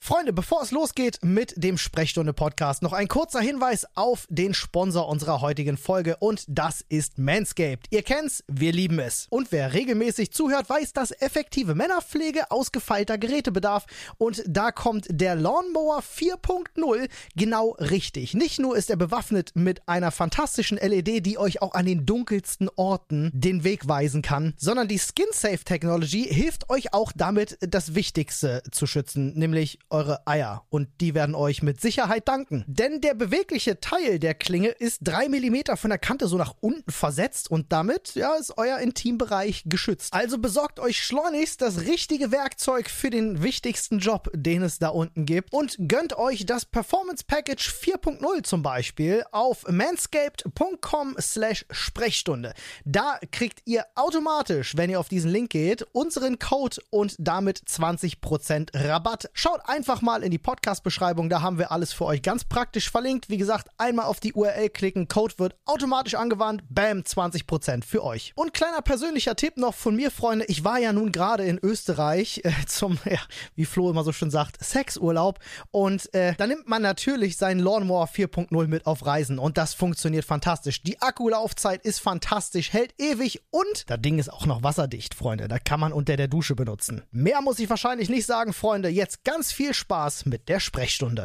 Freunde, bevor es losgeht mit dem Sprechstunde-Podcast, noch ein kurzer Hinweis auf den Sponsor unserer heutigen Folge und das ist Manscaped. Ihr kennt's, wir lieben es. Und wer regelmäßig zuhört, weiß, dass effektive Männerpflege ausgefeilter Geräte bedarf und da kommt der Lawnmower 4.0 genau richtig. Nicht nur ist er bewaffnet mit einer fantastischen LED, die euch auch an den dunkelsten Orten den Weg weisen kann, sondern die Skin-Safe-Technology hilft euch auch damit, das Wichtigste zu schützen, nämlich eure Eier. Und die werden euch mit Sicherheit danken. Denn der bewegliche Teil der Klinge ist 3 mm von der Kante so nach unten versetzt und damit ist euer Intimbereich geschützt. Also besorgt euch schleunigst das richtige Werkzeug für den wichtigsten Job, den es da unten gibt und gönnt euch das Performance Package 4.0 zum Beispiel auf manscaped.com/Sprechstunde. Da kriegt ihr automatisch, wenn ihr auf diesen Link geht, unseren Code und damit 20% Rabatt. Schaut einfach mal in die Podcast-Beschreibung, da haben wir alles für euch ganz praktisch verlinkt. Wie gesagt, einmal auf die URL klicken, Code wird automatisch angewandt, bam, 20% für euch. Und kleiner persönlicher Tipp noch von mir, Freunde, ich war ja nun gerade in Österreich zum, wie Flo immer so schön sagt, Sexurlaub und da nimmt man natürlich seinen Lawnmower 4.0 mit auf Reisen und das funktioniert fantastisch. Die Akkulaufzeit ist fantastisch, hält ewig und das Ding ist auch noch wasserdicht, Freunde. Da kann man unter der Dusche benutzen. Mehr muss ich wahrscheinlich nicht sagen, Freunde. Jetzt ganz viel Spaß mit der Sprechstunde.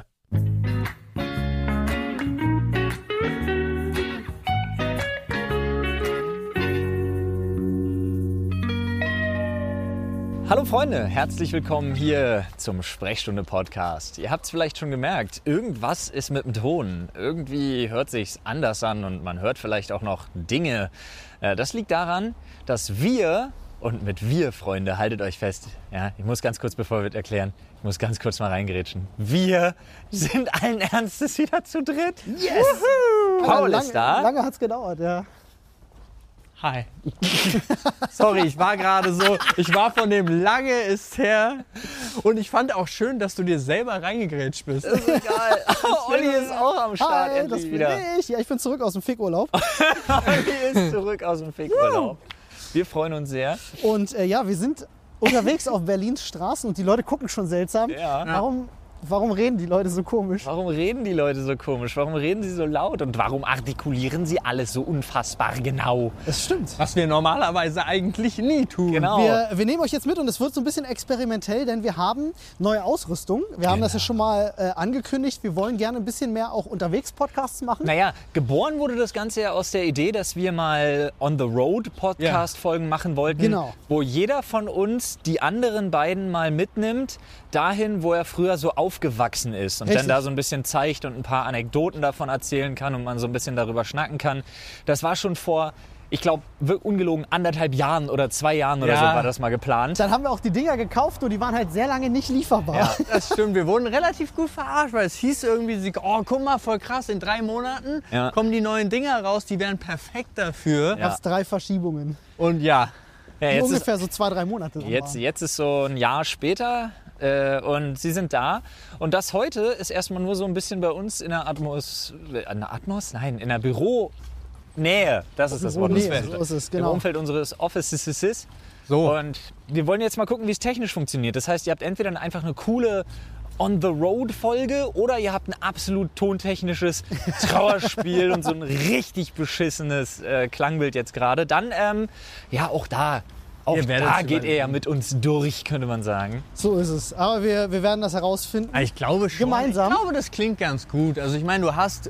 Hallo Freunde, herzlich willkommen hier zum Sprechstunde-Podcast. Ihr habt es vielleicht schon gemerkt, irgendwas ist mit dem Ton. Irgendwie hört sich's anders an und man hört vielleicht auch noch Dinge. Das liegt daran, dass wir, und mit wir, Freunde, haltet euch fest, ja, ich muss ganz kurz, bevor wir erklären, ich muss ganz kurz mal reingrätschen. Wir sind allen Ernstes wieder zu dritt. Yes! Paul ist da. Lange hat's gedauert, ja. Hi. Sorry, ich war von dem lange ist her und ich fand auch schön, dass du dir selber reingegrätscht bist. Das ist egal. Olli ist auch am Start. Hi, endlich das bin wieder. ich. Ja, ich bin zurück aus dem Fickurlaub. Olli ist zurück aus dem Fickurlaub. Wir freuen uns sehr. Und wir sind unterwegs auf Berlins Straßen und die Leute gucken schon seltsam. Ja. Warum reden die Leute so komisch? Warum reden die Leute so komisch? Warum reden sie so laut? Und warum artikulieren sie alles so unfassbar genau? Das stimmt. Was wir normalerweise eigentlich nie tun. Genau. Wir nehmen euch jetzt mit und es wird so ein bisschen experimentell, denn wir haben neue Ausrüstung. Wir haben das ja schon mal angekündigt. Wir wollen gerne ein bisschen mehr auch unterwegs Podcasts machen. Naja, geboren wurde das Ganze ja aus der Idee, dass wir mal On-the-Road-Podcast-Folgen machen wollten, Genau. wo jeder von uns die anderen beiden mal mitnimmt, dahin, wo er früher so aufgewachsen ist und Richtig. dann da so ein bisschen zeigt und ein paar Anekdoten davon erzählen kann und man so ein bisschen darüber schnacken kann. Das war schon vor, ich glaube, ungelogen 1,5 Jahren oder 2 Jahren oder so war das mal geplant. Dann haben wir auch die Dinger gekauft und die waren halt sehr lange nicht lieferbar. Ja. Das stimmt, wir wurden relativ gut verarscht, weil es hieß irgendwie, guck mal, voll krass, in 3 Monaten kommen die neuen Dinger raus, die wären perfekt dafür. Ja. Gab's 3 Verschiebungen. Und ja, Ja, Die jetzt ungefähr so 2-3 Monate. Jetzt ist so ein Jahr später und sie sind da. Und das heute ist erstmal nur so ein bisschen bei uns in der in der Büronähe. Das ist das Wort. Büronähe, so ist es, genau. Im Umfeld unseres Offices. so. Und wir wollen jetzt mal gucken, wie es technisch funktioniert. Das heißt, ihr habt entweder einfach eine coole On-the-Road-Folge oder ihr habt ein absolut tontechnisches Trauerspiel und so ein richtig beschissenes Klangbild jetzt gerade. Dann, auch da geht er ja mit uns durch, könnte man sagen. So ist es. Aber wir werden das herausfinden. Ich glaube schon. Gemeinsam. Ich glaube, das klingt ganz gut. Also ich meine, du hast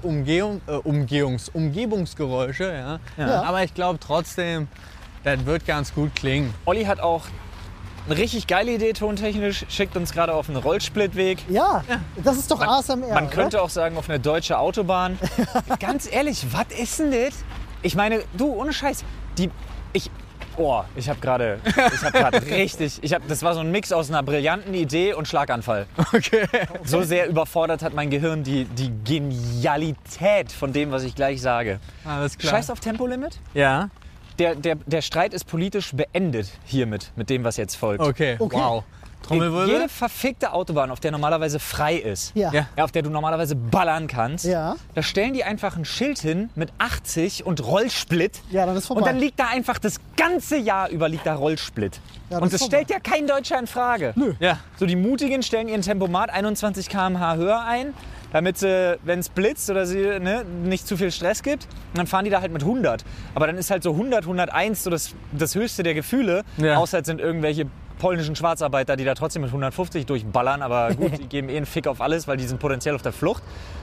Umgebungsgeräusche, Ja. Aber ich glaube trotzdem, das wird ganz gut klingen. Olli hat auch eine richtig geile Idee tontechnisch, schickt uns gerade auf einen Rollsplittweg. Ja, das ist doch ASMR. Man könnte auch sagen, auf eine deutsche Autobahn. Ganz ehrlich, was ist denn das? Ich meine, du, ohne Scheiß, ich habe gerade richtig, das war so ein Mix aus einer brillanten Idee und Schlaganfall. Okay. So sehr überfordert hat mein Gehirn die Genialität von dem, was ich gleich sage. Alles klar. Scheiß auf Tempolimit. Ja. Der Streit ist politisch beendet hiermit, mit dem, was jetzt folgt. Okay. Okay. Wow. Trommelwirbel? Jede verfickte Autobahn, auf der normalerweise frei ist, Ja. Ja. auf der du normalerweise ballern kannst, Ja. da stellen die einfach ein Schild hin mit 80 und Rollsplit. Ja, dann ist vorbei. Und dann liegt da einfach das ganze Jahr über liegt da Rollsplit. Ja, das und ist das stellt ja kein Deutscher in Frage. Nö. Ja. So, die Mutigen stellen ihren Tempomat 21 km/h höher ein, damit sie, wenn es blitzt oder sie nicht zu viel Stress gibt, und dann fahren die da halt mit 100. Aber dann ist halt so 100, 101 so das höchste der Gefühle. Ja. Außer es sind irgendwelche polnischen Schwarzarbeiter, die da trotzdem mit 150 durchballern. Aber gut, die geben einen Fick auf alles, weil die sind potenziell auf der Flucht.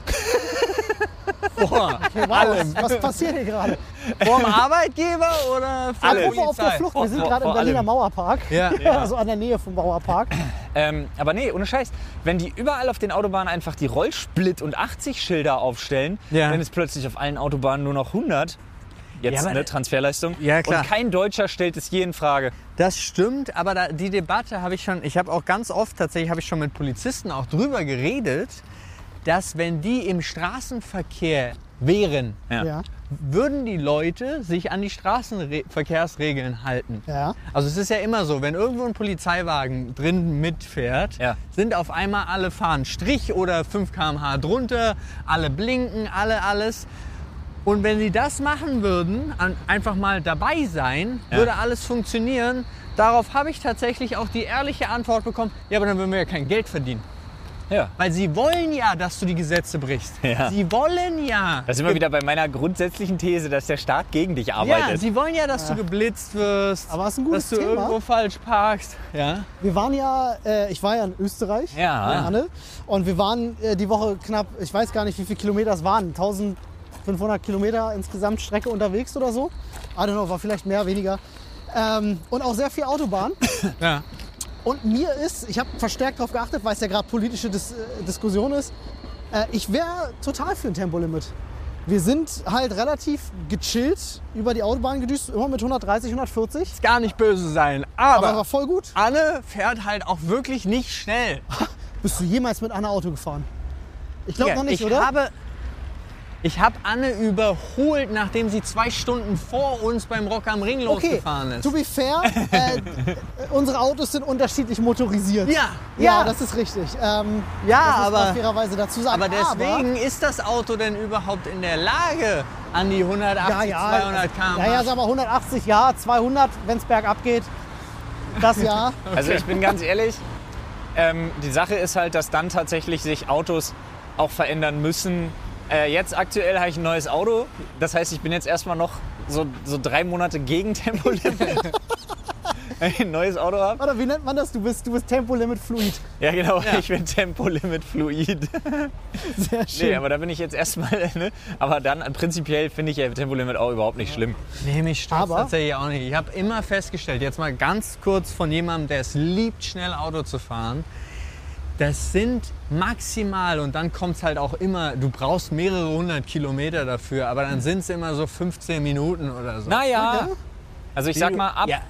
Boah. Wow, was passiert hier gerade? Vorm Arbeitgeber oder vor der Apropos auf der Polizei? Flucht, wir sind Vor- gerade im vor Berliner allem. Mauerpark. Ja. Also an der Nähe vom Mauerpark. Aber nee, ohne Scheiß. Wenn die überall auf den Autobahnen einfach die Rollsplit- und 80-Schilder aufstellen, Ja. dann ist plötzlich auf allen Autobahnen nur noch 100. Jetzt Ja, aber- eine Transferleistung. Ja, klar. Und kein Deutscher stellt es je in Frage. Das stimmt, aber die Debatte habe ich habe auch ganz oft tatsächlich, habe ich schon mit Polizisten auch drüber geredet, dass wenn die im Straßenverkehr wären, Ja. würden die Leute sich an die Straßenverkehrsregeln halten. Ja. Also es ist ja immer so, wenn irgendwo ein Polizeiwagen drin mitfährt, Ja. sind auf einmal alle fahren Strich oder 5 km/h drunter, alle blinken, alles. Und wenn sie das machen würden, einfach mal dabei sein, Ja. würde alles funktionieren. Darauf habe ich tatsächlich auch die ehrliche Antwort bekommen, ja, aber dann würden wir ja kein Geld verdienen. Ja. Weil sie wollen ja, dass du die Gesetze brichst. Ja. Sie wollen ja. Da sind wir wieder bei meiner grundsätzlichen These, dass der Staat gegen dich Ja, arbeitet. sie wollen ja, dass du geblitzt wirst, Aber es ist ein gutes dass du Thema. irgendwo falsch parkst. Ja. Wir waren ja, ich war ja in Österreich, Ja. in Anne, und wir waren die Woche knapp, ich weiß gar nicht, wie viele Kilometer es waren, 1500 Kilometer insgesamt Strecke unterwegs oder so. I don't know, war vielleicht mehr, weniger. Und auch sehr viel Autobahn. Ja. Und mir ist, ich habe verstärkt darauf geachtet, weil es ja gerade politische Diskussion ist, ich wäre total für ein Tempolimit. Wir sind halt relativ gechillt über die Autobahn gedüst, immer mit 130, 140. Gar nicht böse sein, Aber aber war voll gut. Anne fährt halt auch wirklich nicht schnell. Bist du jemals mit Anna Auto gefahren? Ich glaube noch nicht, oder? Ich habe Anne überholt, nachdem sie 2 Stunden vor uns beim Rock am Ring Okay, losgefahren ist. to be fair, unsere Autos sind unterschiedlich motorisiert. Ja, Ja, ja. das ist richtig. Ja, das muss man aber, fairerweise dazu sagen. aber deswegen ist das Auto denn überhaupt in der Lage, an die 180, 200 km/h? Ja, sag mal 180, ja, 200, wenn es bergab geht. Das ja. Also ich bin ganz ehrlich, die Sache ist halt, dass dann tatsächlich sich Autos auch verändern müssen. Jetzt aktuell habe ich ein neues Auto. Das heißt, ich bin jetzt erstmal noch so 3 Monate gegen Tempolimit. Weil ich ein neues Auto habe. Oder wie nennt man das? Du bist Tempolimit fluid. Ja genau, ich bin Tempolimit fluid. Sehr schön. Nee, aber da bin ich jetzt erstmal, ne? Aber dann prinzipiell finde ich ja Tempolimit auch überhaupt nicht schlimm. Nee, mich stört Aber- tatsächlich auch nicht. Ich habe immer festgestellt, jetzt mal ganz kurz von jemandem, der es liebt, schnell Auto zu fahren, das sind maximal, und dann kommt es halt auch immer, du brauchst mehrere 100 Kilometer dafür, aber dann sind es immer so 15 Minuten oder so. Naja, Okay. also ich sag mal, ab Ja.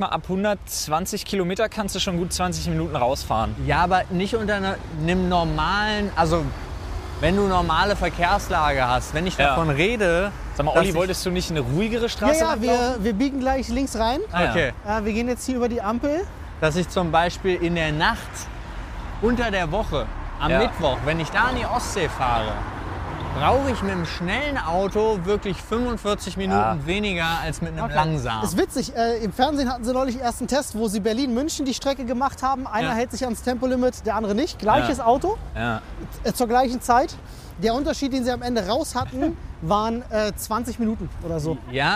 120 Kilometer kannst du schon gut 20 Minuten rausfahren. Ja, aber nicht unter einem normalen, also wenn du normale Verkehrslage hast, wenn ich Ja. davon rede. Sag mal, dass Olli, ich- wolltest du nicht eine ruhigere Ja, Straße ja, langlaufen? wir biegen gleich links rein. Ah, ja. Okay. Wir gehen jetzt hier über die Ampel. Dass ich zum Beispiel in der Nacht unter der Woche, am Ja. Mittwoch, wenn ich da an die Ostsee fahre, brauche ich mit einem schnellen Auto wirklich 45 Minuten Ja. weniger als mit einem Okay. langsamen. Ist witzig, im Fernsehen hatten sie neulich erst einen Test, wo sie Berlin-München die Strecke gemacht haben. Einer Ja. hält sich ans Tempolimit, der andere nicht. Gleiches Ja. Auto, Ja. zur gleichen Zeit. Der Unterschied, den sie am Ende raus hatten, waren 20 Minuten oder so. Ja,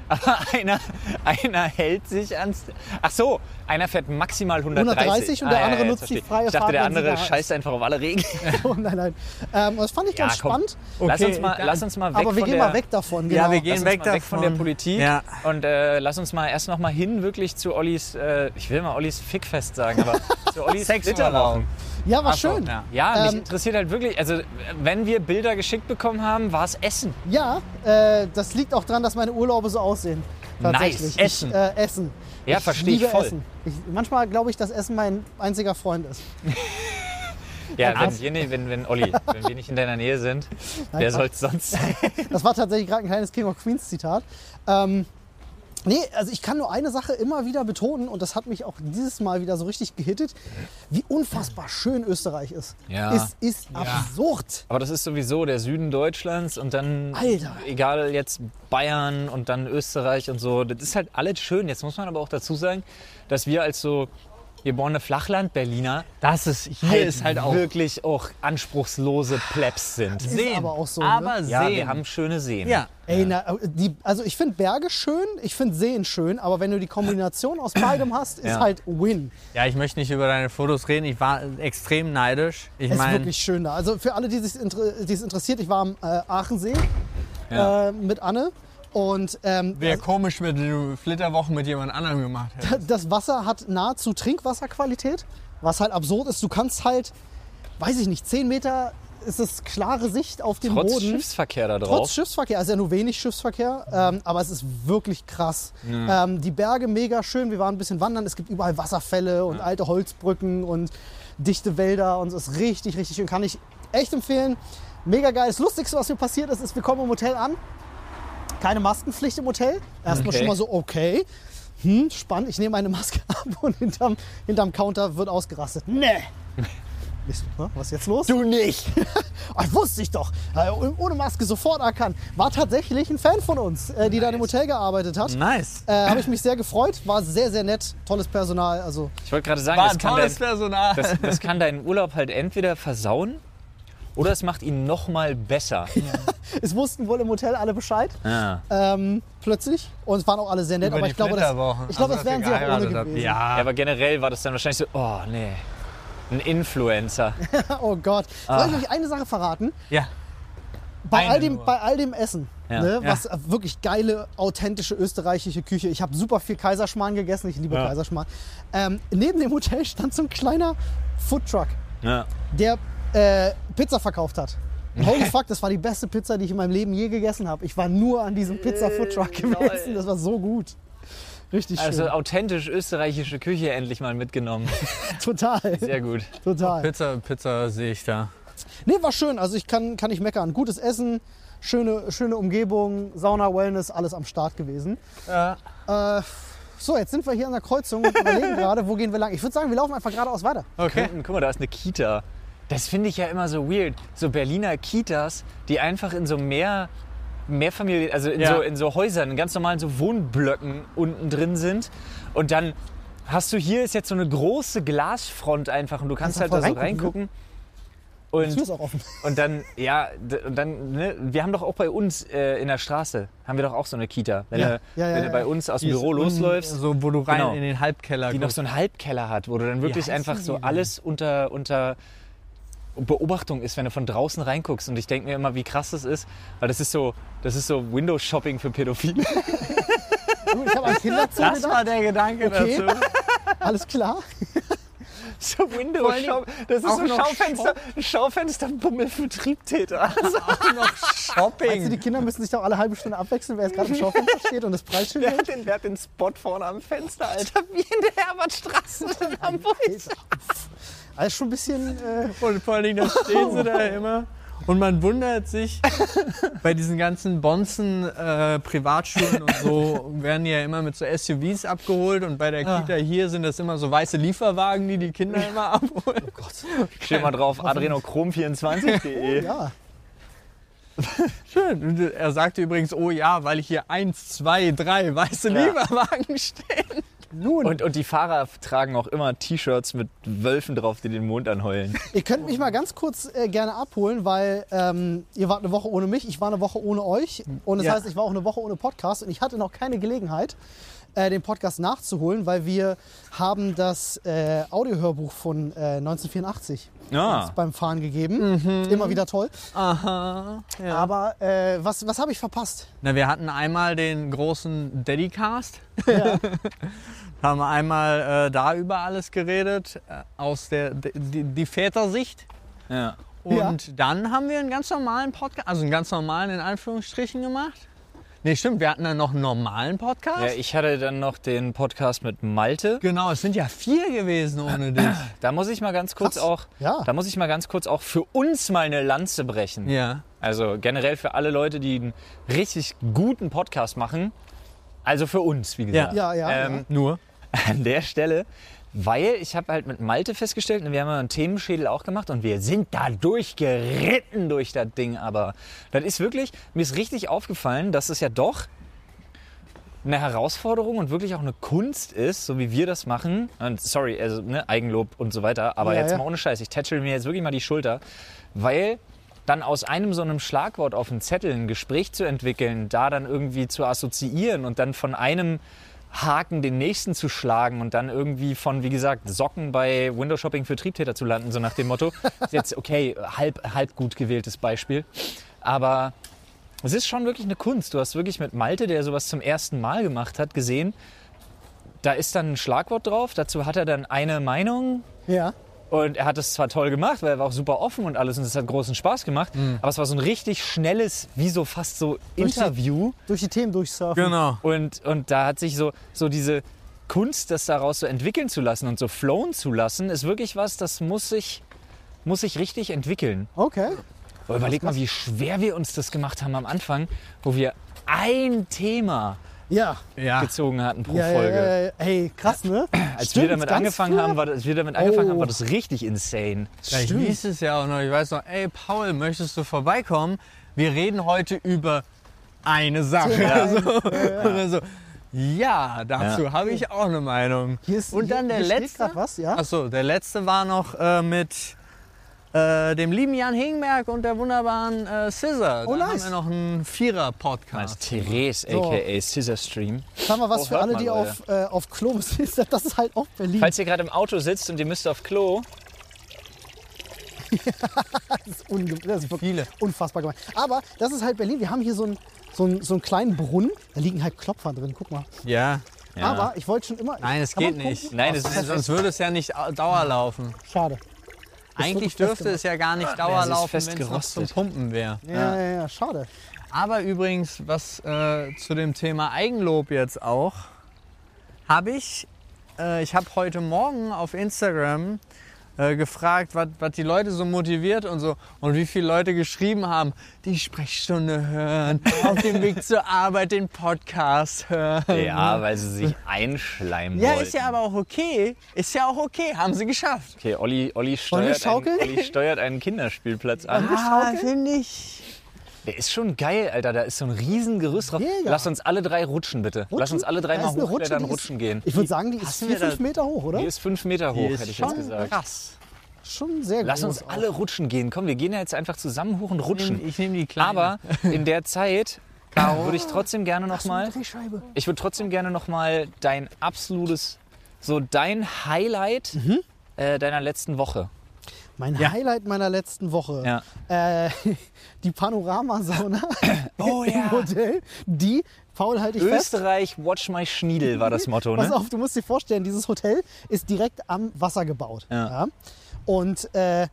Einer hält sich ans... Ach so, einer fährt maximal 130. 130 und der andere nutzt die verstehe. freie Ich dachte, Fahrt, der wenn sie andere da ist. scheißt einfach auf alle Regeln. Oh, nein. Das fand ich ganz komm. spannend. Lass, Okay, uns mal, dann- lass uns mal weg Aber wir von gehen der... mal weg davon. Ja, Genau. wir gehen Lass uns weg mal weg von der davon. Politik Ja. und lass uns mal erst noch mal hin wirklich zu Ollis, ich will mal Ollis Fickfest sagen, aber zu Ollis Flitterwochen. Ja, war Ach so, schön. ja. Ja, mich interessiert halt wirklich, also wenn wir Bilder geschickt bekommen haben, war es Essen. Ja, das liegt auch daran, dass meine Urlaube so aussehen. Tatsächlich. Nice. Essen. Essen. Ja, verstehe ich liebe voll. Essen. Manchmal glaube ich, dass Essen mein einziger Freund ist. Ja, wenn Olli, wenn wir nicht in deiner Nähe sind, wer Quatsch. soll es sonst sein? Das war tatsächlich gerade ein kleines King of Queens Zitat. Nee, also ich kann nur eine Sache immer wieder betonen und das hat mich auch dieses Mal wieder so richtig gehittet, wie unfassbar schön Österreich ist. Ja. Es ist absurd. Aber das ist sowieso der Süden Deutschlands und dann, Alter. egal jetzt Bayern und dann Österreich und so, das ist halt alles schön. Jetzt muss man aber auch dazu sagen, dass wir als so geborene Flachland-Berliner Hier ist halt auch wirklich auch anspruchslose Plebs sind. Ist Seen. aber auch so, Aber ne? Ja, Seen. wir haben schöne Seen. Ja. Ey, also ich finde Berge schön, ich finde Seen schön, aber wenn du die Kombination aus beidem hast, ist Ja. halt Win. Ja, ich möchte nicht über deine Fotos reden. Ich war extrem neidisch. Ich Es ist meine, wirklich schön da. Also für alle, die es interessiert, ich war am Aachensee Ja. mit Anne und wäre komisch, wenn du Flitterwochen mit jemand anderem gemacht hättest. das Wasser hat nahezu Trinkwasserqualität, was halt absurd ist. Du kannst halt, weiß ich nicht, 10 Meter ist es klare Sicht auf den Trotz Boden. Schiffsverkehr da drauf. Trotz Schiffsverkehr, also ja nur wenig Schiffsverkehr, aber es ist wirklich krass. Die Berge mega schön, wir waren ein bisschen wandern, es gibt überall Wasserfälle und alte Holzbrücken und dichte Wälder und es ist richtig, richtig schön, kann ich echt empfehlen. Mega geil. Das Lustigste, was mir passiert ist, ist, wir kommen im Hotel an, keine Maskenpflicht im Hotel. Erstmal Okay. schon mal so, okay, spannend, ich nehme meine Maske ab und hinterm Counter wird ausgerastet. Nee. Ich so, was ist jetzt los? Du nicht! Ach, wusste ich doch. Ohne Maske sofort erkannt. War tatsächlich ein Fan von uns, die da im Hotel gearbeitet hat. Nice. Habe ich mich sehr gefreut. War sehr, sehr nett. Tolles Personal. Also Ich wollte gerade sagen, War das ein kann, tolles dein, Personal. das kann deinen Urlaub halt entweder versauen oder es macht ihn noch mal besser. es wussten wohl im Hotel alle Bescheid. Ja. Plötzlich. Und es waren auch alle sehr nett. Über aber die ich glaube, Flitterwochen. das Also, wären dass sie ihr auch ohne geheiratet habt. gewesen. Ja, Ja. aber generell war das dann wahrscheinlich so, oh nee, ein Influencer. Oh Gott. Soll ich euch eine Sache verraten? Ja. Bei Eine all, nur. bei all dem Essen, Ja. ne, Ja. was wirklich geile, authentische österreichische Küche. Ich habe super viel Kaiserschmarrn gegessen, ich liebe Ja. Kaiserschmarrn. Neben dem Hotel stand so ein kleiner Foodtruck, Ja. der Pizza verkauft hat. Und holy fuck, das war die beste Pizza, die ich in meinem Leben je gegessen habe. Ich war nur an diesem Pizza-Foodtruck gewesen, das war so gut. Richtig schön. Also authentisch österreichische Küche endlich mal mitgenommen. Total, Sehr gut. total. Pizza sehe ich da. Nee, war schön, also ich kann nicht meckern. Gutes Essen, schöne Umgebung, Sauna, Wellness, alles am Start gewesen. Ja. So, jetzt sind wir hier an der Kreuzung und überlegen gerade, wo gehen wir lang. Ich würde sagen, wir laufen einfach geradeaus weiter. Okay. Guck mal, da ist eine Kita. Das finde ich ja immer so weird. So Berliner Kitas, die einfach in so Mehrfamilien, also in so Häusern, in ganz normalen so Wohnblöcken unten drin sind. Und dann hast du hier ist jetzt so eine große Glasfront einfach und du kannst Kannst halt da da voll so reingucken. Die Tür ist auch offen. Und dann, ne, wir haben doch auch bei uns in der Straße, haben wir doch auch so eine Kita. Wenn du bei uns aus dem Die ist Büro losläufst, So, wo du rein Genau. in den Halbkeller die noch guckst. so einen Halbkeller hat, wo du dann wirklich heißen einfach die so denn? alles unter Beobachtung ist, wenn du von draußen reinguckst. Und ich denke mir immer, wie krass das ist, weil das ist so Windows-Shopping für Pädophile. Du, ich habe an Kinderzoo Das war gedacht. der Gedanke Okay. dazu. Alles klar. So Windows-Shopping. Das ist auch so noch Schaufensterbummel für Triebtäter. Also, Auch noch Shopping. Also die Kinder müssen sich doch alle halbe Stunde abwechseln, wer jetzt gerade im Schaufenster steht und das Preisschild hält. der hat den Spot vorne am Fenster, Alter, wie in der Herbertstraße in Hamburg. Alles schon ein bisschen... Und vor allen Dingen, da stehen sie da immer. Und man wundert sich, bei diesen ganzen Bonzen Privatschulen und so werden die ja immer mit so SUVs abgeholt und bei der Kita hier sind das immer so weiße Lieferwagen, die die Kinder immer abholen. Oh Gott. Steht mal drauf, adrenochrom24.de. ja. Schön. Und er sagte übrigens, oh ja, weil hier 1, 2, 3 weiße Lieferwagen stehen. Nun, Und die Fahrer tragen auch immer T-Shirts mit Wölfen drauf, die den Mond anheulen. ihr könnt mich mal ganz kurz gerne abholen, weil ihr wart eine Woche ohne mich, ich war eine Woche ohne euch. Und das Ja. heißt, ich war auch eine Woche ohne Podcast und ich hatte noch keine Gelegenheit, den Podcast nachzuholen, weil wir haben das Audiohörbuch von 1984 Ja. uns beim Fahren gegeben. Immer wieder toll. Aha. Ja. Aber was habe ich verpasst? Na, wir hatten einmal den großen Daddycast. Haben wir einmal da über alles geredet, aus die Vätersicht. Ja. Und dann haben wir einen ganz normalen Podcast, also einen ganz normalen in Anführungsstrichen gemacht. Nee, stimmt, wir hatten dann noch einen normalen Podcast. Ja, ich hatte dann noch den Podcast mit Malte. Genau, es sind ja 4 gewesen ohne dich. Da muss ich mal ganz kurz Krass. auch, Ja. da muss ich mal ganz kurz auch für uns mal eine Lanze brechen. Ja. Also generell für alle Leute, die einen richtig guten Podcast machen. Also für uns, wie gesagt. Ja. Nur? An der Stelle, weil ich habe halt mit Malte festgestellt, wir haben ja einen Themenschädel auch gemacht und wir sind da durchgeritten durch das Ding. Aber das ist wirklich, mir ist richtig aufgefallen, dass es ja doch eine Herausforderung und wirklich auch eine Kunst ist, so wie wir das machen. Und sorry, also Eigenlob und so weiter, aber jetzt mal ohne Scheiß, ich tätschel mir jetzt wirklich mal die Schulter, weil dann aus einem so einem Schlagwort auf dem Zettel ein Gespräch zu entwickeln, da dann irgendwie zu assoziieren und dann von einem Haken den nächsten zu schlagen und dann irgendwie von, wie gesagt, Socken bei Windows-Shopping für Triebtäter zu landen, so nach dem Motto. Jetzt, okay, halb gut gewähltes Beispiel, aber es ist schon wirklich eine Kunst. Du hast wirklich mit Malte, der sowas zum ersten Mal gemacht hat, gesehen, da ist dann ein Schlagwort drauf, dazu hat er dann eine Meinung. Ja. Und er hat es zwar toll gemacht, weil er war auch super offen und alles und es hat großen Spaß gemacht, aber es war so ein richtig schnelles, wie so fast so Interview. Durch die Themen durchsurfen. Genau. Und da hat sich so diese Kunst, das daraus so entwickeln zu lassen und so flowen zu lassen, ist wirklich was, das muss sich richtig entwickeln. Okay. Aber überleg mal, wie schwer wir uns das gemacht haben am Anfang, wo wir ein Thema Ja. gezogen hatten pro Folge. Ja. Hey, krass, ne? Als wir damit angefangen haben, war das richtig insane. Da hieß es ja auch noch, ich weiß noch, ey Paul, möchtest du vorbeikommen? Wir reden heute über eine Sache. Ja, dazu habe ich auch eine Meinung. Und dann der letzte. Was, ja? Achso, der letzte war noch mit dem lieben Jan Hingberg und der wunderbaren Scissor. Oh, da nice. haben wir noch einen Vierer-Podcast. Therese, a.k.a. Scissor Stream. Sag mal was für hört alle, man, die auf Klo sind. Das ist halt auch Berlin. Falls ihr gerade im Auto sitzt und ihr müsst auf Klo, Das ist wirklich unfassbar gemein. Aber das ist halt Berlin. Wir haben hier so einen kleinen Brunnen. Da liegen halt Klopfer drin. Guck mal. Ja. Aber ich wollte schon immer... Nein, es Kann geht man nicht. pumpen? nein, Sonst würde es ja nicht Dauer laufen. Schade. Eigentlich so dürfte es ja gar nicht Dauer es ist laufen, fest wenn es noch gerostet. zum Pumpen wäre. Ja, schade. Aber übrigens, was zu dem Thema Eigenlob jetzt auch, habe ich habe heute Morgen auf Instagram gefragt, was die Leute so motiviert und so. Und wie viele Leute geschrieben haben, die Sprechstunde hören, auf dem Weg zur Arbeit den Podcast hören. ja, weil sie sich einschleimen Ja, wollten. ist ja aber auch okay. Ist ja auch okay, haben sie geschafft. Okay, Olli wir steuert, schaukeln? Olli steuert einen Kinderspielplatz an. Finde ich. Der ist schon geil, Alter. Da ist so ein riesen Gerüst drauf. Mega. Lass uns alle drei rutschen, bitte. Lass uns alle drei Da mal ist eine Rutsche, hochklettern, die ist- rutschen gehen. Ich würde sagen, die ist Passen wir 4-5 da- Meter hoch, oder? Die ist 5 Meter hoch, hätte ich jetzt gesagt. Krass. Schon sehr Lass groß. uns alle rutschen gehen. Komm, wir gehen ja jetzt einfach zusammen hoch und rutschen. Ich nehme die Kleine. Aber in der Zeit würde ich trotzdem gerne nochmal... Drehscheibe. Ich würde trotzdem gerne nochmal dein absolutes... So dein Highlight deiner letzten Woche. Mein Highlight meiner letzten Woche. Ja. Die Panoramasauna Oh im Hotel. Die, Paul, halte ich fest. Österreich, watch my Schniedel war das Motto, Pass ne? auf, du musst dir vorstellen, dieses Hotel ist direkt am Wasser gebaut. Ja. Und da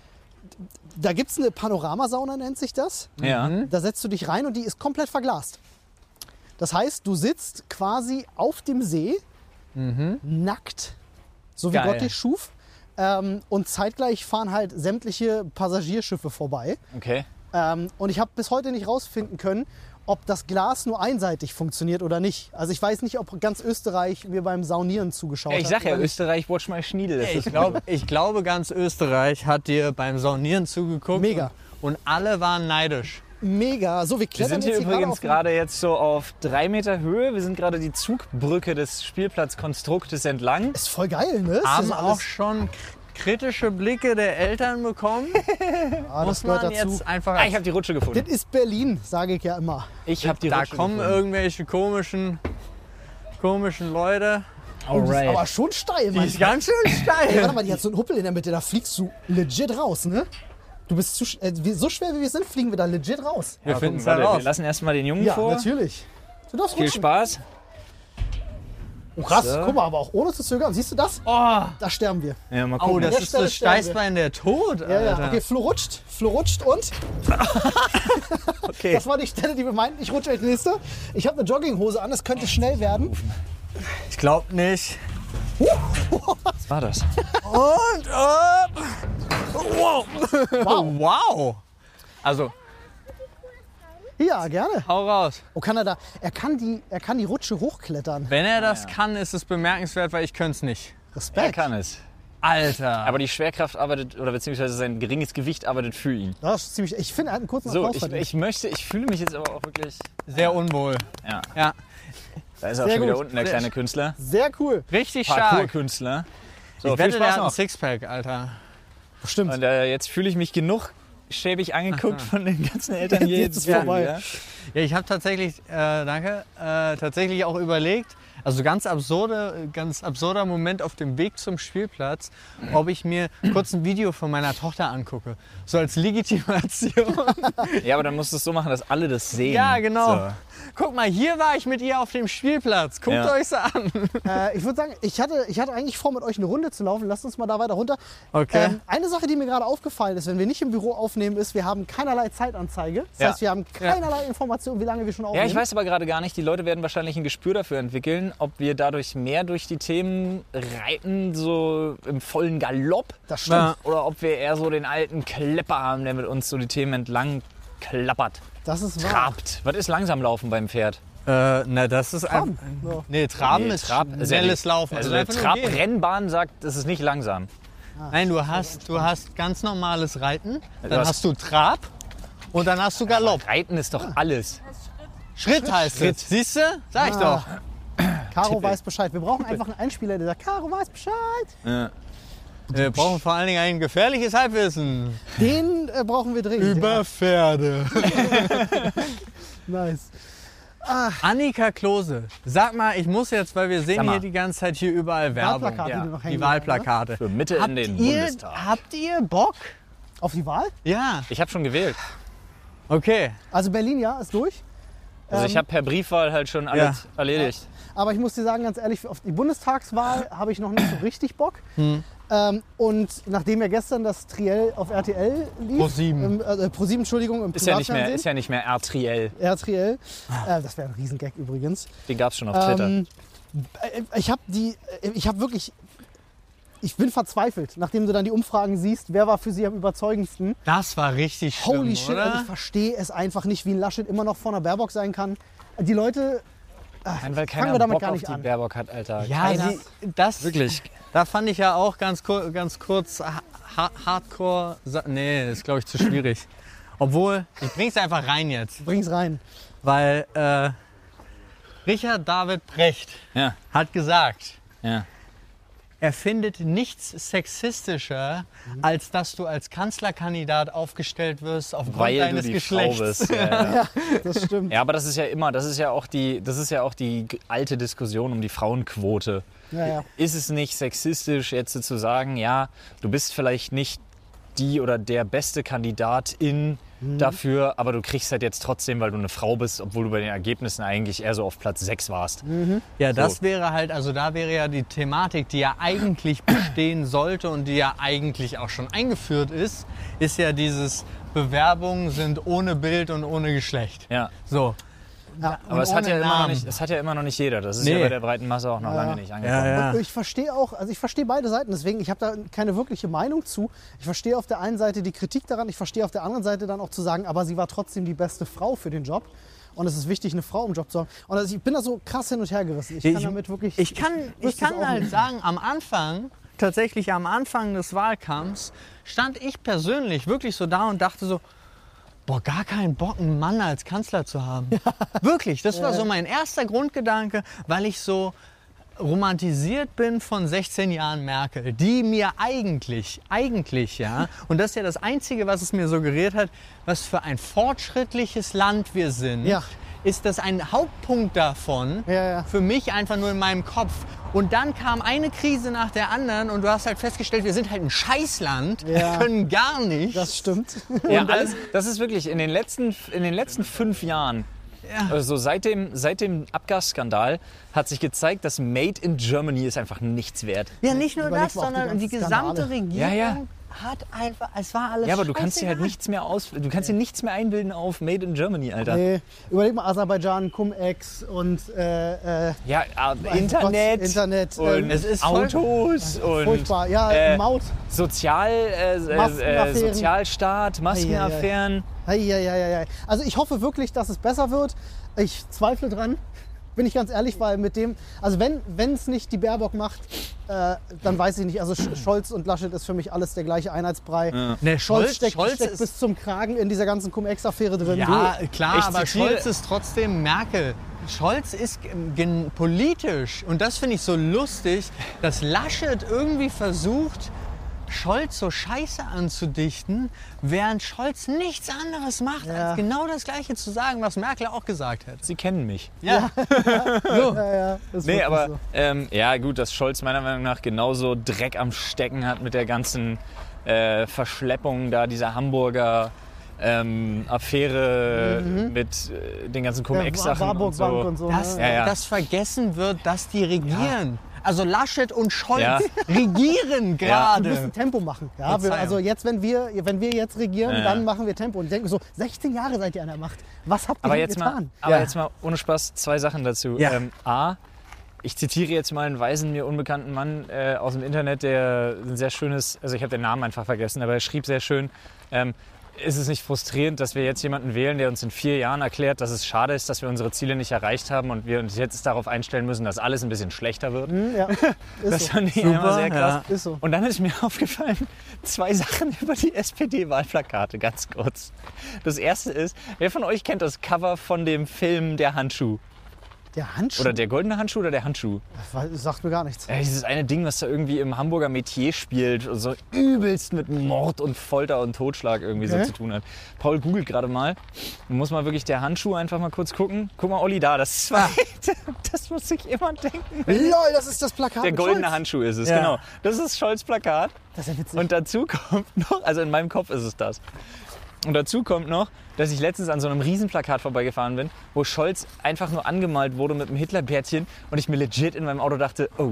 gibt es eine Panoramasauna, nennt sich das. Ja. Da setzt du dich rein und die ist komplett verglast. Das heißt, du sitzt quasi auf dem See, nackt, so wie Geil. Gott dich schuf. Und zeitgleich fahren halt sämtliche Passagierschiffe vorbei. Okay. Und ich habe bis heute nicht rausfinden können, ob das Glas nur einseitig funktioniert oder nicht. Also ich weiß nicht, ob ganz Österreich mir beim Saunieren zugeschaut Ja, ich hat. sag ja, oder nicht. Österreich, watch my Schniedel. Das ist Ich glaube, ganz Österreich hat dir beim Saunieren zugeguckt. Mega. Und alle waren neidisch. Mega. So, wir Wir klettern sind hier jetzt übrigens auf den- gerade jetzt so auf 3 Meter Höhe. Wir sind gerade die Zugbrücke des Spielplatzkonstruktes entlang. Ist voll geil, ne? Ist Haben das auch schon kritische Blicke der Eltern bekommen. das Muss gehört man dazu. jetzt einfach... Ah, ich habe die Rutsche gefunden. Das ist Berlin, sage ich ja immer. Ich habe die da Rutsche kommen gefunden. irgendwelche komischen Leute. Und die ist aber Alright. schon steil, Die Mann. ist ganz schön Ey, steil. warte mal, die hat so einen Huppel in der Mitte, da fliegst du legit raus, ne? Du bist so schwer wie wir sind, fliegen wir da legit raus. Wir Ja, finden gucken, es warte, wir heraus. lassen erstmal den Jungen Ja, vor. natürlich. Du darfst Viel rutschen. Spaß. Oh, krass, So. guck mal, aber auch ohne zu zögern. Siehst du das? Oh, Da sterben wir. Ja, mal oh, gucken. das der ist Stelle das sterben wir. Steißbein der Tod, Ja, Alter. ja. Okay, Flo rutscht und okay. das war die Stelle, die wir meinten. Ich rutsche als nächste. Ich habe eine Jogginghose an, das könnte schnell werden. Ich glaube nicht. Was war das? Und ab. Wow. Wow. Wow. Also, Ja, gerne. Hau raus. Oh, kann er da? Er kann die Rutsche hochklettern. Wenn er das kann, ist es bemerkenswert, weil ich könnte es nicht. Er Respekt. kann es. Alter. Aber die Schwerkraft arbeitet, oder beziehungsweise sein geringes Gewicht arbeitet für ihn. Das ist ziemlich. Ich finde, er hat einen kurzen So, Applaus verdient. ich fühle mich jetzt aber auch wirklich... Sehr unwohl. Ja, Ja, da ist er auch Sehr schon wieder gut. unten, der kleine Künstler. Sehr cool. richtig stark. Parkour-Künstler. So, Ich viel wette, der Spaß hat ein noch. Sixpack, Alter. Stimmt. Und jetzt fühle ich mich genug schäbig angeguckt von den ganzen Eltern hier. Jetzt ist vorbei. Ja. Ja, ich habe tatsächlich, tatsächlich auch überlegt, also ganz absurder Moment auf dem Weg zum Spielplatz, ob ich mir kurz ein Video von meiner Tochter angucke. So als Legitimation. Ja, aber dann musst du es so machen, dass alle das sehen. Ja, genau. So. Guck mal, hier war ich mit ihr auf dem Spielplatz. Guckt Ja. euch's an. Ich würde sagen, ich hatte eigentlich vor, mit euch eine Runde zu laufen. Lasst uns mal da weiter runter. Okay. Eine Sache, die mir gerade aufgefallen ist, wenn wir nicht im Büro aufnehmen, ist, wir haben keinerlei Zeitanzeige. Das Ja. heißt, wir haben keinerlei Information, wie lange wir schon aufnehmen. Ja, ich weiß aber gerade gar nicht, die Leute werden wahrscheinlich ein Gespür dafür entwickeln, ob wir dadurch mehr durch die Themen reiten, so im vollen Galopp, Das stimmt. Ja. oder ob wir eher so den alten Klepper haben, der mit uns so die Themen entlang klappert, Das ist wahr. trabt. Was ist langsam laufen beim Pferd? Na, das ist Traben. ein. Ja. Nee, Traben ist schnelles Laufen. Also einfach der nur gehen. Trabrennbahn sagt, das ist nicht langsam. Nein, du hast ganz normales Reiten, Du dann hast- hast du Trab und dann hast du Galopp. Reiten ist doch alles. Schritt heißt es. Siehst du? Sag ich doch. Caro weiß Bescheid. Wir brauchen einfach einen Einspieler, der sagt, Caro weiß Bescheid. Ja. Wir brauchen vor allen Dingen ein gefährliches Halbwissen. Den brauchen wir dringend. Pferde. Nice. Annika Klose, sag mal, ich muss jetzt, weil wir sehen Sag mal. hier die ganze Zeit hier überall Werbung. Wahlplakate, Ja, die noch hängen Die bleiben, Wahlplakate. Für Mitte in den Bundestag. Habt ihr Bock? oder? Auf die Wahl? Ja. Ich habe schon gewählt. Okay. Also Berlin, ja, ist durch. Also ich habe per Briefwahl halt schon alles erledigt. Aber ich muss dir sagen, ganz ehrlich, auf die Bundestagswahl habe ich noch nicht so richtig Bock. Und nachdem ja gestern das Triell auf RTL lief, ProSieben. ProSieben, Entschuldigung, im Ist ja Privatfernsehen, nicht mehr RTL. RTL, das wäre ein Riesengag übrigens. Den gab's schon auf Twitter. Ich bin verzweifelt, nachdem du dann die Umfragen siehst, wer war für sie am überzeugendsten. Das war richtig schlimm, Holy shit, oder? und ich verstehe es einfach nicht, wie ein Laschet immer noch vor einer Baerbock sein kann. Die Leute, Nein, fangen weil keiner wir damit Bock gar auf nicht die an. Baerbock hat, Alter. Ja, keiner. das Wirklich. Da fand ich ja auch ganz kurz Hardcore. Nee, ist glaube ich zu schwierig. Obwohl, ich bring's einfach rein jetzt, bring's rein. weil Richard David Precht Ja, hat gesagt, ja. er findet nichts sexistischer, als dass du als Kanzlerkandidat aufgestellt wirst aufgrund Weil deines du die Geschlechts. Frau bist. Ja. Ja, das stimmt. Ja, aber das ist ja auch die alte Diskussion um die Frauenquote. Ja. Ist es nicht sexistisch, jetzt zu sagen, ja, du bist vielleicht nicht die oder der beste Kandidatin dafür, aber du kriegst halt jetzt trotzdem, weil du eine Frau bist, obwohl du bei den Ergebnissen eigentlich eher so auf Platz 6 warst. Ja, das So. wäre halt, also da wäre ja die Thematik, die ja eigentlich bestehen sollte und die ja eigentlich auch schon eingeführt ist ja dieses Bewerbungen sind ohne Bild und ohne Geschlecht. Ja, So. Ja. aber es hat ohne ja, Namen. immer noch nicht jeder. Das ist Nee. ja bei der breiten Masse auch noch lange nicht angekommen. Ja. Und ich verstehe auch, also ich verstehe beide Seiten, deswegen, ich habe da keine wirkliche Meinung zu. Ich verstehe auf der einen Seite die Kritik daran, ich verstehe auf der anderen Seite dann auch zu sagen, aber sie war trotzdem die beste Frau für den Job. Und es ist wichtig, eine Frau im Job zu haben. Und also ich bin da so krass hin und her gerissen. Ich kann damit wirklich... Ich kann wüsste es auch halt nicht. sagen, tatsächlich am Anfang des Wahlkampfs, stand ich persönlich wirklich so da und dachte so, boah, gar keinen Bock, einen Mann als Kanzler zu haben. Wirklich, das war so mein erster Grundgedanke, weil ich so romantisiert bin von 16 Jahren Merkel, die mir eigentlich, ja, und das ist ja das Einzige, was es mir suggeriert hat, was für ein fortschrittliches Land wir sind, Ja. ist das ein Hauptpunkt davon, Ja. für mich einfach nur in meinem Kopf. Und dann kam eine Krise nach der anderen und du hast halt festgestellt, wir sind halt ein Scheißland, Ja. können gar nichts. Das stimmt. Ja, das ist wirklich in den letzten 5 Jahren, also seit dem Abgasskandal, hat sich gezeigt, dass Made in Germany ist einfach nichts wert. Ja, nicht nur Überleg das, mal auch die sondern die ganzen gesamte Skandale. Regierung Ja, ja. es war alles Ja, aber du kannst dir halt scheißegal. nichts mehr einbilden auf Made in Germany, Alter. Nee, überleg mal Aserbaidschan, Cum-Ex und Internet, Gott, Internet und es ist Autos und furchtbar. Ja, Maut. Maskenaffären. Sozialstaat, Maskenaffären. Ei. Also ich hoffe wirklich, dass es besser wird. Ich zweifle dran, bin ich ganz ehrlich, weil mit dem, also wenn es nicht die Baerbock macht, dann weiß ich nicht. Also Scholz und Laschet ist für mich alles der gleiche Einheitsbrei. Ja. Nee, Scholz steckt ist bis zum Kragen in dieser ganzen Cum-Ex-Affäre drin. Ja, klar, ich aber zitiere- Scholz ist trotzdem Merkel. Scholz ist politisch und das finde ich so lustig, dass Laschet irgendwie versucht, Scholz so scheiße anzudichten, während Scholz nichts anderes macht, Ja. als genau das Gleiche zu sagen, was Merkel auch gesagt hätte. Sie kennen mich. Ja. Ja, ist Nee, wirklich aber so. ja gut, dass Scholz meiner Meinung nach genauso Dreck am Stecken hat mit der ganzen Verschleppung da, dieser Hamburger Affäre mit den ganzen Cum-Ex-Sachen und Warburg Bank so. und so. Dass, Ne? Ja. dass vergessen wird, dass die regieren. Also Laschet und Scholz Ja. regieren Wir gerade. müssen Tempo machen. Ja, wir, Verzeihung. also jetzt, wenn wir jetzt regieren, Ja. dann machen wir Tempo. Und ich denke so, 16 Jahre seid ihr an der Macht. Was habt ihr Aber denn jetzt getan? mal ohne Spaß 2 Sachen dazu. Ja. A, ich zitiere jetzt mal einen weisen, mir unbekannten Mann aus dem Internet, der ein sehr schönes, also ich habe den Namen einfach vergessen, aber er schrieb sehr schön, ist es nicht frustrierend, dass wir jetzt jemanden wählen, der uns in 4 Jahren erklärt, dass es schade ist, dass wir unsere Ziele nicht erreicht haben und wir uns jetzt darauf einstellen müssen, dass alles ein bisschen schlechter wird? Ja, Das ist so. fand ich Super, immer sehr krass. Ist so. Und dann ist mir aufgefallen, 2 Sachen über die SPD-Wahlplakate, ganz kurz. Das erste ist, wer von euch kennt das Cover von dem Film Der Handschuh? Der Handschuh? Oder der goldene Handschuh oder der Handschuh? Das sagt mir gar nichts. Ja, dieses eine Ding, was da irgendwie im Hamburger Metier spielt und so übelst mit Mord und Folter und Totschlag irgendwie so Okay. zu tun hat. Paul googelt gerade mal. Man muss mal wirklich der Handschuh einfach mal kurz gucken. Guck mal, Olli, da, das zweite. Das muss sich immer denken. Lol, das ist das Plakat Der mit goldene Scholz. Handschuh ist es, Ja. genau. Das ist Scholz Plakat. Das ist ja witzig. Und dazu kommt noch, also in meinem Kopf ist es das. Und dazu kommt noch, dass ich letztens an so einem Riesenplakat vorbeigefahren bin, wo Scholz einfach nur angemalt wurde mit einem Hitlerbärtchen und ich mir legit in meinem Auto dachte, oh,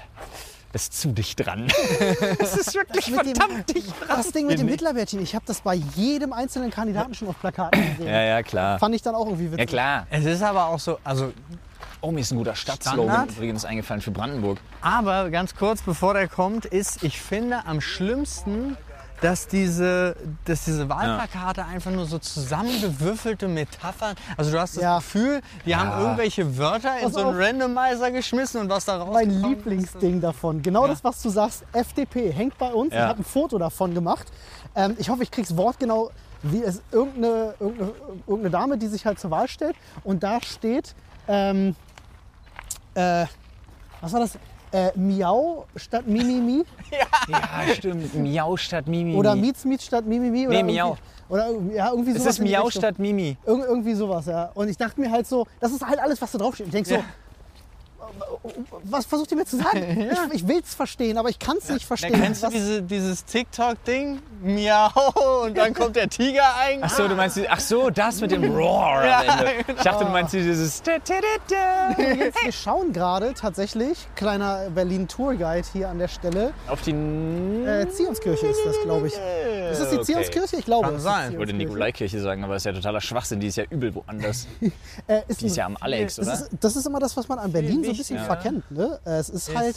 das ist zu dicht dran. Das ist wirklich mit dem- verdammt dicht dran. Das Ding mit dem Nicht? Hitlerbärtchen, ich habe das bei jedem einzelnen Kandidaten schon auf Plakaten gesehen. Ja, ja, klar. Fand ich dann auch irgendwie witzig. Ja, klar. Es ist aber auch so, also Oh, mir ist ein guter Stadtslogan Standard? übrigens eingefallen für Brandenburg. aber ganz kurz bevor der kommt, ist, ich finde am schlimmsten, dass diese Wahlplakate einfach nur so zusammengewürfelte Metaphern, also du hast das Ja. Gefühl, die haben irgendwelche Wörter in Pass so einen auf. Randomizer geschmissen und was da rauskommt. Mein Lieblingsding davon, genau das, was du sagst, FDP, hängt bei uns. Ja. Ich habe ein Foto davon gemacht. Ich hoffe, ich krieg's wortgenau, wie es irgendeine Dame, die sich halt zur Wahl stellt. Und da steht, was war das? Miau statt Mimimi? Ja, stimmt. Miau statt Mimi. Oder Mietz statt Mimimi? Oder Nee, irgendwie- Miau. Oder ja, irgendwie Es sowas. ist in die Miau Richtung. statt Mimi. Irgendwie sowas, ja. Und ich dachte mir halt so, das ist halt alles, was da draufsteht. Ich denke so, Ja. was versucht ihr mir zu sagen? Ich will es verstehen, aber ich kann es nicht Da verstehen. kennst du Was- dieses TikTok-Ding? Miau und dann kommt der Tiger eigentlich. Ach so, du meinst, ach so, das mit dem Roar Ja, am Ende. genau. Ich dachte, du meinst dieses... Wir schauen gerade tatsächlich, kleiner Berlin-Tourguide hier an der Stelle. Auf die... Zionskirche ist das, glaube ich. Ist das die Okay. Zionskirche? Ich glaube, Kann es ist sein. die Ich wollte Zionskirche. Nikolaikirche sagen, aber das ist ja totaler Schwachsinn. Die ist ja übel woanders. Ist Die ist ja am Alex, das, oder? das ist immer das, was man an Berlin so ein bisschen wichtiger. verkennt. Ne? Es ist halt...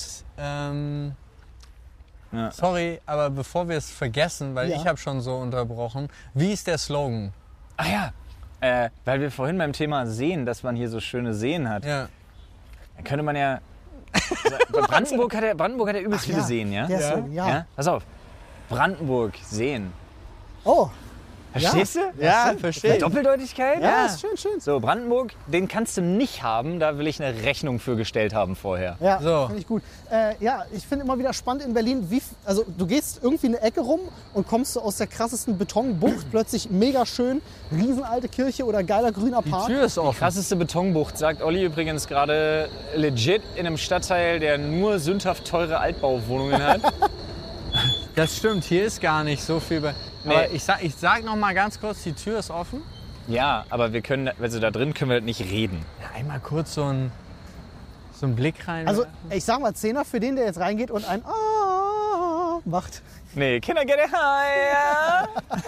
Ja. Sorry, aber bevor wir es vergessen, weil Ja. ich habe schon so unterbrochen, wie ist der Slogan? Ach ja, weil wir vorhin beim Thema Seen, dass man hier so schöne Seen hat, Ja. dann könnte man ja... Brandenburg hat ja übelst viele Seen, ja? Der ist Ja. so, ja. Pass auf. Brandenburg, Seen. Oh, Verstehst du? Ja, verstehe. Doppeldeutigkeit? ja, ist schön, schön. So, Brandenburg, den kannst du nicht haben. Da will ich eine Rechnung für gestellt haben vorher. Ja, So. finde ich gut. Ja, ich finde immer wieder spannend in Berlin, also du gehst irgendwie eine Ecke rum und kommst so aus der krassesten Betonbucht, plötzlich mega schön, riesenalte Kirche oder geiler grüner Die Park. Tür ist offen. Krasseste Betonbucht, sagt Olli übrigens gerade legit in einem Stadtteil, der nur sündhaft teure Altbauwohnungen hat. Das stimmt, hier ist gar nicht so viel. Nee. Aber ich sag noch mal ganz kurz, die Tür ist offen. Ja, aber wir können, also da drin können wir halt nicht reden. Ja, einmal kurz so ein Blick rein. Also ich sag mal 10er für den, der jetzt reingeht und ein macht. Nee, Kinder get higher.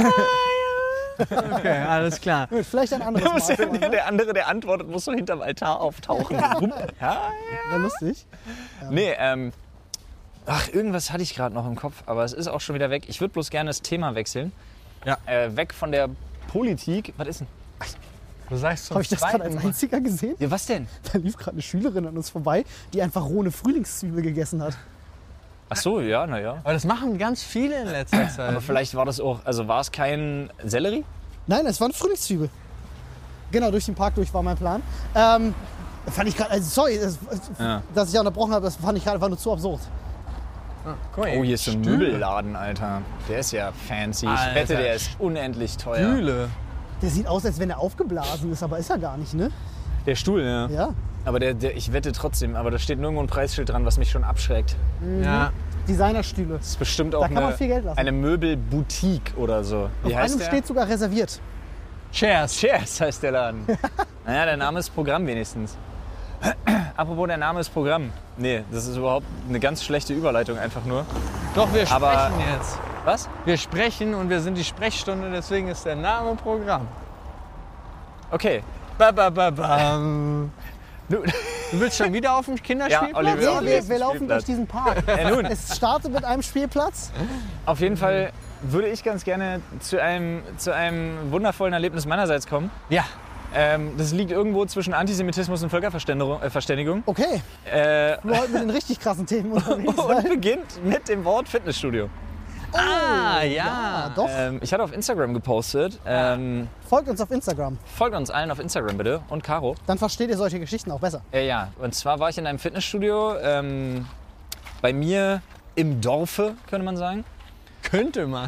Okay, alles klar. Gut, vielleicht ein anderes Mal. Der andere, der antwortet, muss so hinterm Altar auftauchen. Ja. Wäre lustig. Nee, ach, irgendwas hatte ich gerade noch im Kopf, aber es ist auch schon wieder weg. Ich würde bloß gerne das Thema wechseln. Ja. Weg von der Politik. Was ist denn? Du sagst Habe ich das gerade als einziger gesehen? Ja, was denn? Da lief gerade eine Schülerin an uns vorbei, die einfach rohe Frühlingszwiebel gegessen hat. Ach so, ja, naja. Aber das machen ganz viele in letzter Zeit. Aber vielleicht war das auch, also war es kein Sellerie? Nein, es war eine Frühlingszwiebel. Genau, durch den Park durch war mein Plan. Fand ich gerade, also sorry, dass ich unterbrochen habe, das fand ich gerade einfach nur zu absurd. Guck mal, Oh, hier ist so ein Stühle. Möbelladen, Alter. Der ist ja fancy. Ich Alter. wette, der ist unendlich teuer. Stühle. Der sieht aus, als wenn er aufgeblasen ist, aber ist er gar nicht, ne? Der Stuhl, ja. Ja. Aber ich wette trotzdem, aber da steht nirgendwo ein Preisschild dran, was mich schon abschreckt. Ja. Designerstühle. Das ist bestimmt auch Da kann man viel Geld lassen. eine Möbelboutique oder so. Wie Auf heißt einem der? steht sogar reserviert. Cheers. Cheers heißt der Laden. Naja, der Name ist Programm wenigstens. Apropos, der Name ist Programm. Nee, das ist überhaupt eine ganz schlechte Überleitung einfach nur. Doch, wir Aber- sprechen jetzt. Was? Wir sprechen und wir sind die Sprechstunde, deswegen ist der Name Programm. Okay. Bam. Du, Du willst schon wieder auf dem Kinderspielplatz? Ja, Oliver. Nee, Olli wir ist ein laufen Spielplatz. durch diesen Park. nun. Es startet mit einem Spielplatz. auf jeden Fall würde ich ganz gerne zu einem wundervollen Erlebnis meinerseits kommen. Ja. Das liegt irgendwo zwischen Antisemitismus und Völkerverständigung. Okay, nur heute mit den richtig krassen Themen unterwegs Und sein. beginnt mit dem Wort Fitnessstudio. Ah, Ja, doch. Ich hatte auf Instagram gepostet. Folgt uns auf Instagram. Folgt uns allen auf Instagram bitte und Caro. Dann versteht ihr solche Geschichten auch besser. Ja, und zwar war ich in einem Fitnessstudio bei mir im Dorfe, könnte man sagen. Könnte man.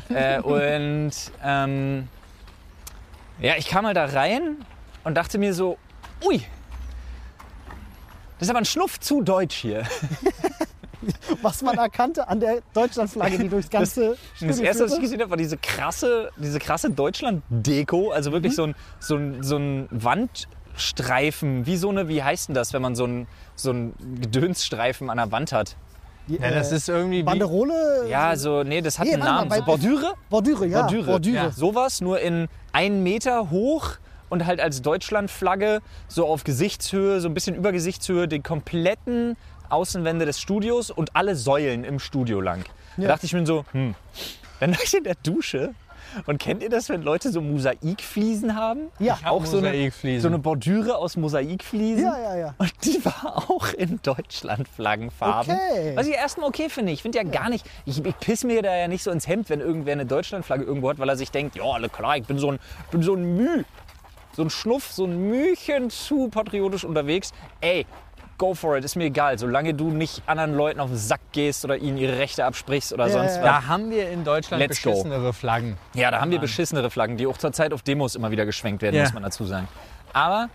Ich kam mal da rein und dachte mir so, ui, das ist aber ein Schnuff zu deutsch hier. Was man erkannte an der Deutschlandflagge, die durchs ganze Und das Studio erste, was ich führte. gesehen habe, war diese krasse Deutschland-Deko. Also wirklich so ein Wandstreifen. Wie heißt denn das, wenn man so ein Gedönsstreifen an der Wand hat? Die, Ja, das ist irgendwie Banderole. Ja, nee, das hat Nee, einen warte mal, Namen. bei- So Bordüre? Bordüre, ja. Bordüre. Ja. Sowas, nur in 1 Meter hoch und halt als Deutschlandflagge so auf Gesichtshöhe, so ein bisschen über Gesichtshöhe, die kompletten Außenwände des Studios und alle Säulen im Studio lang. Da dachte ich mir so, dann lag ich in der Dusche. Und kennt ihr das, wenn Leute so Mosaikfliesen haben? Ja. hab Auch so Mosaikfliesen. eine Bordüre aus Mosaikfliesen. Ja. Und die war auch in Deutschlandflaggenfarben. Okay. Was ich erstmal okay finde. Ich finde ja gar nicht, ich piss mir da ja nicht so ins Hemd, wenn irgendwer eine Deutschlandflagge irgendwo hat, weil er sich denkt, ja, alle klar, ich bin so ein Schnuff, so ein Mühchen zu patriotisch unterwegs. Ey, go for it, ist mir egal, solange du nicht anderen Leuten auf den Sack gehst oder ihnen ihre Rechte absprichst oder sonst was. Da haben wir in Deutschland Let's go. beschissenere Flaggen. Ja, da haben wir beschissenere Flaggen, die auch zurzeit auf Demos immer wieder geschwenkt werden, Ja. muss man dazu sagen. Aber,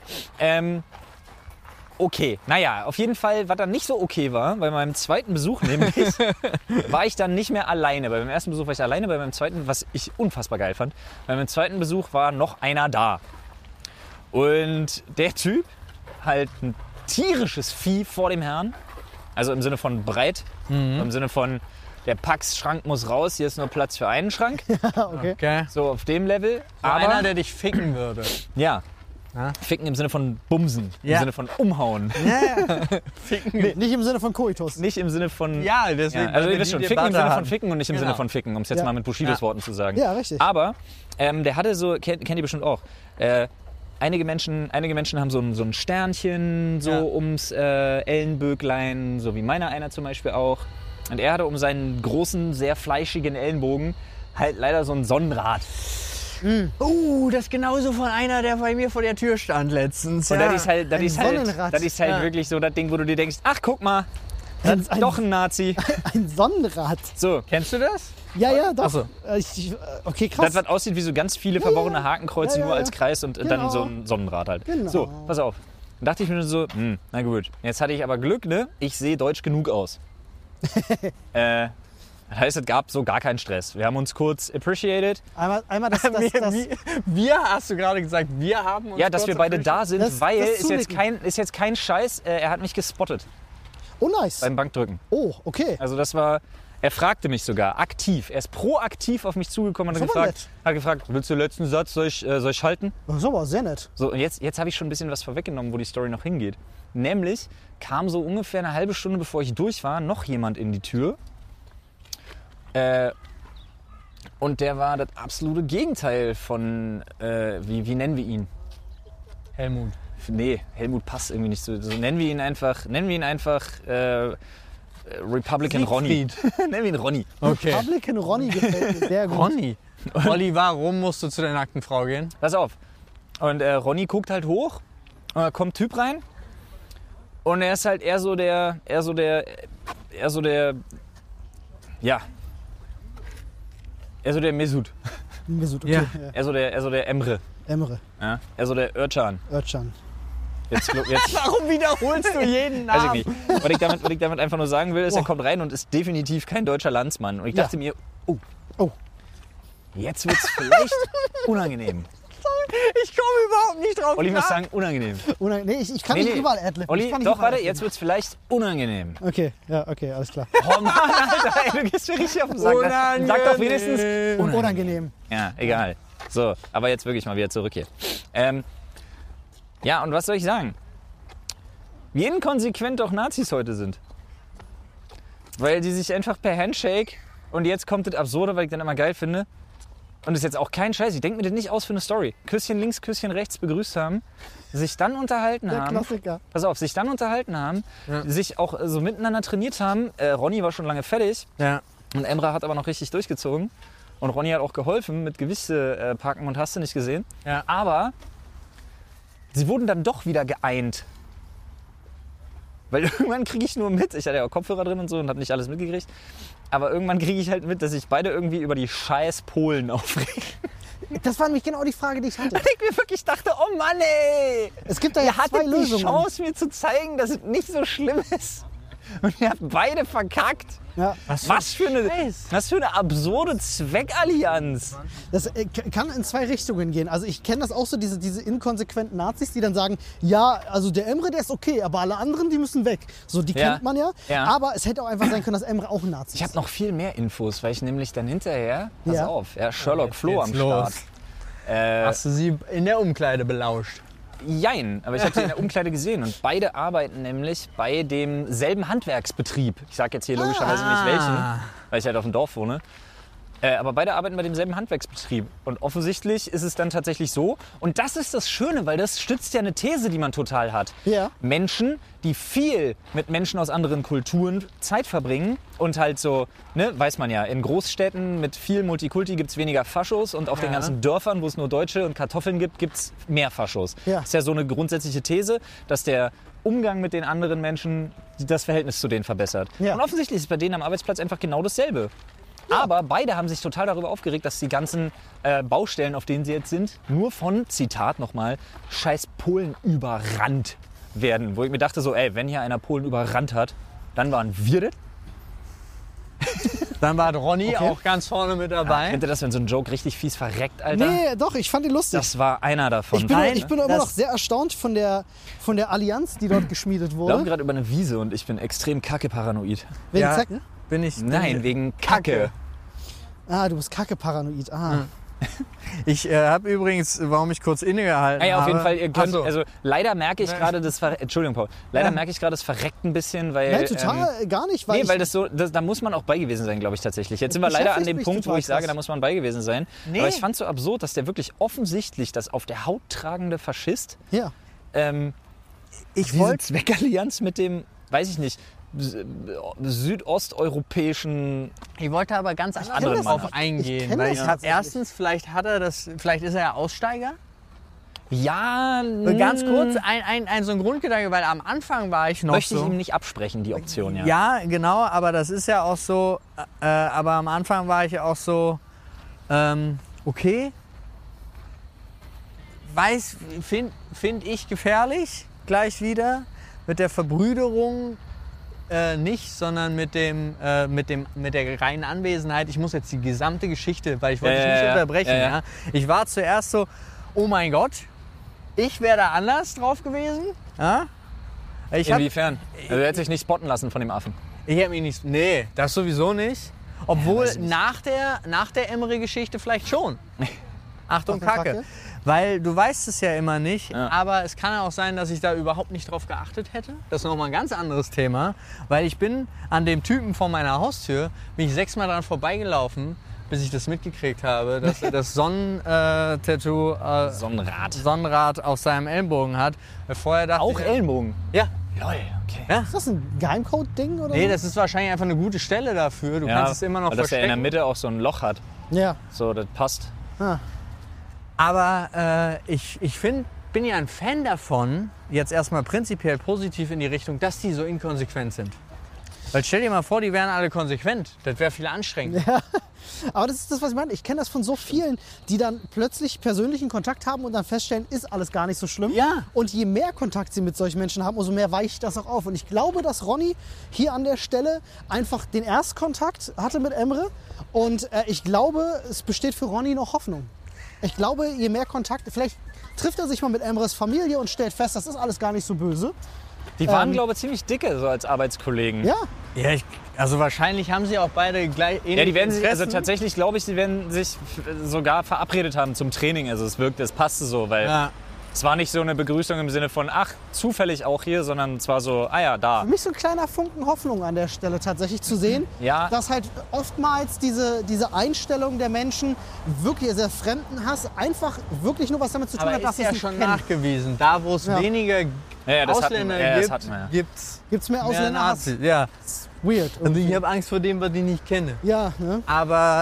okay. Naja, auf jeden Fall, was dann nicht so okay war, bei meinem zweiten Besuch nämlich, war ich dann nicht mehr alleine. Bei meinem ersten Besuch war ich alleine, bei meinem zweiten, was ich unfassbar geil fand, bei meinem zweiten Besuch war noch einer da. Und der Typ, halt ein tierisches Vieh vor dem Herrn, also im Sinne von breit, im Sinne von, der Pax-Schrank muss raus, hier ist nur Platz für einen Schrank. Okay. Okay? So auf dem Level. Aber einer, der dich ficken würde. Ja. Ja. Ficken im Sinne von Bumsen, im Ja. Sinne von Umhauen. Nee, nicht im Sinne von Koitus. Nicht im Sinne von... Ja, deswegen. Ja, also weil ihr wir wisst die schon, Ficken im Debatte Sinne von hatten. Ficken und nicht im Genau. Sinne von Ficken, um es jetzt Ja. mal mit Bushidos Worten zu sagen. Ja, richtig. Aber der hatte so, kennt ihr bestimmt auch, einige Menschen haben so ein Sternchen so Ja. ums Ellenböglein, so wie meiner einer zum Beispiel auch. Und er hatte um seinen großen, sehr fleischigen Ellenbogen halt leider so ein Sonnenrad. Das ist genauso von einer, der bei mir vor der Tür stand letztens. Und Ja. das ist halt Sonnenrad. ja. Wirklich so das Ding, wo du dir denkst, ach guck mal, das ist Ein- doch ein Nazi. Ein Sonnenrad. So, Kennst du das? Ja, doch. Ach so. Okay, krass. das, was aussieht wie so ganz viele verworrene Hakenkreuze Ja, nur ja. als Kreis und Genau. dann so ein Sonnenrad halt. Genau. So, pass auf. Dann dachte ich mir so, na gut, jetzt hatte ich aber Glück, ne? Ich sehe deutsch genug aus. Das heißt, es gab so gar keinen Stress. Wir haben uns kurz appreciated. Einmal das Wir, hast du gerade gesagt, wir haben uns Ja, dass kurz wir beide erwischt. da sind, Das- weil das ist jetzt kein Scheiß, er hat mich gespottet Oh, nice. beim Bankdrücken. Oh, okay. Also das war, Er fragte mich sogar aktiv. Er ist proaktiv auf mich zugekommen und Das ist aber hat gefragt, willst du den letzten Satz, soll ich halten? Das ist aber sehr nett. So, und jetzt habe ich schon ein bisschen was vorweggenommen, wo die Story noch hingeht. Nämlich kam so ungefähr eine halbe Stunde, bevor ich durch war, noch jemand in die Tür. Und der war das absolute Gegenteil von, wie nennen wir ihn? Helmut. Nee, Helmut passt irgendwie nicht so. Nennen wir ihn einfach Republican Ronny. Nennen wir ihn Ronny. Okay. Republican Ronny gefällt mir sehr gut. Ronny. Olli, warum musst du zu der nackten Frau gehen? Pass auf. Und Ronny guckt halt hoch und da kommt ein Typ rein und er ist halt eher so der Mesut. Mesut, okay. Ja. Eher so der Emre. Emre. Ja? Eher so der Özcan. Özcan. Jetzt, Warum wiederholst du jeden weiß ich Namen? nicht. Was ich damit einfach nur sagen will, ist, er kommt rein und ist definitiv kein deutscher Landsmann. Und ich dachte mir, Oh. jetzt wird's vielleicht unangenehm. Ich komme überhaupt nicht drauf. Olli, ich muss sagen, unangenehm. Nee, ich kann nicht überall adlippen. Olli, doch, warte, jetzt wird's vielleicht unangenehm. Okay, ja, okay, alles klar. Oh Mann, Alter, ey, du gehst mir richtig auf den Sack. Unangenehm. Sag doch wenigstens Unangenehm. Ja, egal. So, aber jetzt wirklich mal wieder zurück hier. Ja, und was soll ich sagen? Wie inkonsequent doch Nazis heute sind. Weil die sich einfach per Handshake, und jetzt kommt das Absurde, weil ich dann immer geil finde, und das ist jetzt auch kein Scheiß, ich denke mir das nicht aus für eine Story. Küsschen links, Küsschen rechts begrüßt haben, sich dann unterhalten Der haben. Klassiker. Pass auf, sich dann unterhalten haben, sich auch so miteinander trainiert haben. Ronny war schon lange fertig Ja. und Emre hat aber noch richtig durchgezogen. Und Ronny hat auch geholfen mit Gewichte packen und hast du nicht gesehen. Ja. Aber sie wurden dann doch wieder geeint. Weil irgendwann kriege ich nur mit, ich hatte ja auch Kopfhörer drin und so und habe nicht alles mitgekriegt, aber irgendwann kriege ich halt mit, dass sich beide irgendwie über die scheiß Polen aufregen. Das war nämlich genau die Frage, die ich hatte. Und ich mir wirklich dachte, oh Mann ey, Es gibt da ja ihr hattet zwei die Lösungen. Chance, mir zu zeigen, dass es nicht so schlimm ist. Und ihr habt beide verkackt. Ja. Was für eine absurde Zweckallianz. Das kann in zwei Richtungen gehen. Also ich kenne das auch so, diese inkonsequenten Nazis, die dann sagen, ja, also der Emre, der ist okay, aber alle anderen, die müssen weg. So, die Ja. kennt man ja. Ja. Aber es hätte auch einfach sein können, dass Emre auch ein Nazi Ich habe ist. noch viel mehr Infos, weil ich nämlich dann hinterher, pass Ja. auf, Sherlock Flo geht's am los. Start. Hast du sie in der Umkleide belauscht? Jein, aber ich habe sie in der Umkleide gesehen und beide arbeiten nämlich bei demselben Handwerksbetrieb. Ich sage jetzt hier logischerweise nicht welchen, weil ich halt auf dem Dorf wohne. Aber beide arbeiten bei demselben Handwerksbetrieb. Und offensichtlich ist es dann tatsächlich so. Und das ist das Schöne, weil das stützt ja eine These, die man total hat. Ja. Menschen, die viel mit Menschen aus anderen Kulturen Zeit verbringen und halt so, ne, weiß man ja, in Großstädten mit viel Multikulti gibt es weniger Faschos und auf den ganzen Dörfern, wo es nur Deutsche und Kartoffeln gibt, gibt es mehr Faschos. Ja. Das ist ja so eine grundsätzliche These, dass der Umgang mit den anderen Menschen das Verhältnis zu denen verbessert. Ja. Und offensichtlich ist es bei denen am Arbeitsplatz einfach genau dasselbe. Aber beide haben sich total darüber aufgeregt, dass die ganzen Baustellen, auf denen sie jetzt sind, nur von, Zitat nochmal, scheiß Polen überrannt werden. Wo ich mir dachte so, ey, wenn hier einer Polen überrannt hat, dann waren wir das. Dann war Ronny Okay. auch ganz vorne mit dabei. Kennt ihr das, wenn so ein Joke richtig fies verreckt, Alter? Nee, doch, ich fand ihn lustig. Das war einer davon. Ich bin immer das- noch sehr erstaunt von der Allianz, die dort geschmiedet Wir laufen wurde. gerade über eine Wiese und ich bin extrem kacke-paranoid. Wegen Ja. Zecken? Bin ich. Nein, wegen Kacke. Ah, du bist kacke-paranoid. Ah. Ich habe übrigens, warum ich kurz innegehalten Ja, auf habe. jeden Fall, ihr könnt, Ach so. also leider merke ich gerade das Entschuldigung, Paul, leider merke ich gerade das verreckt ein bisschen, weil... Nein, total gar nicht, weil Nee, weil da muss man auch bei gewesen sein, glaube ich tatsächlich. Jetzt sind wir leider an dem beschäftigt mich Punkt, wo total ich sage, krass. da muss man bei gewesen sein. Nee. Aber ich fand es so absurd, dass der wirklich offensichtlich das auf der Haut tragende Faschist ja. ich diese Zweckallianz mit dem, weiß ich nicht, südosteuropäischen... Ich wollte aber ganz anders anderen drauf Mann. eingehen. Ich kenn Weil das ich habe tatsächlich. erstens, vielleicht ist er ja Aussteiger. Ja, Ganz kurz, ein so ein Grundgedanke, weil am Anfang war ich noch möchte ich so. ihm nicht absprechen, die Option, ja. Ja, genau, aber das ist ja auch so, aber am Anfang war ich auch so, okay, find ich gefährlich, gleich wieder, mit der Verbrüderung nicht, sondern mit der reinen Anwesenheit. Ich muss jetzt die gesamte Geschichte, weil ich wollte dich nicht unterbrechen. Ja. Ich war zuerst so, oh mein Gott, ich wäre da anders drauf gewesen. Ja? Ich hab, Inwiefern? Also er hat sich nicht spotten lassen von dem Affen. Ich hätte mich nicht... Nee, das sowieso nicht. Obwohl nach der Emre-Geschichte vielleicht schon. Achtung, Kacke. Weil du weißt es ja immer nicht, aber es kann ja auch sein, dass ich da überhaupt nicht drauf geachtet hätte. Das ist nochmal ein ganz anderes Thema. Weil ich bin an dem Typen vor meiner Haustür, bin ich 6-mal dran vorbeigelaufen, bis ich das mitgekriegt habe, dass er das Sonnentattoo Sonnenrad auf seinem Ellbogen hat. Vorher dachte Auch Ellenbogen? Ja. Lol, okay. Ja. Ist das ein Geheimcode-Ding oder Nee, so? das ist wahrscheinlich einfach eine gute Stelle dafür. Du kannst es immer noch weil dass er verstecken. in der Mitte auch so ein Loch hat. Ja. So, das passt. Aber ich bin ja ein Fan davon, jetzt erstmal prinzipiell positiv in die Richtung, dass die so inkonsequent sind. Weil stell dir mal vor, die wären alle konsequent. Das wäre viel anstrengender. Ja. Aber das ist das, was ich meine. Ich kenne das von so vielen, die dann plötzlich persönlichen Kontakt haben und dann feststellen, ist alles gar nicht so schlimm. Ja. Und je mehr Kontakt sie mit solchen Menschen haben, umso mehr weicht das auch auf. Und ich glaube, dass Ronny hier an der Stelle einfach den Erstkontakt hatte mit Emre. Und ich glaube, es besteht für Ronny noch Hoffnung. Ich glaube, je mehr Kontakt, vielleicht trifft er sich mal mit Emres Familie und stellt fest, das ist alles gar nicht so böse. Die waren, glaube ich, ziemlich dicke, so als Arbeitskollegen. Ja, Ja, also wahrscheinlich haben sie auch beide gleich ähnliche Ja, die werden sich, also Interessen. tatsächlich glaube ich, die werden sich sogar verabredet haben zum Training. Also es passte so, weil Ja. es war nicht so eine Begrüßung im Sinne von, ach, zufällig auch hier, sondern es war so, ah ja, da. für mich so ein kleiner Funken Hoffnung an der Stelle tatsächlich zu sehen, Ja. dass halt oftmals diese Einstellung der Menschen, wirklich dieser Fremdenhass, einfach wirklich nur was damit zu tun Aber hat, dass ist sie ja es nicht schon kennen. nachgewiesen. Da, wo es Ja. weniger Ja, das hatten Ausländer wir. Ja, das gibt, hatten wir. gibt's Gibt's mehr mehr Ausländerhass? Nazis. Ja. Weird. Und ich habe Angst vor dem, was ich nicht kenne. Ja, ne? Aber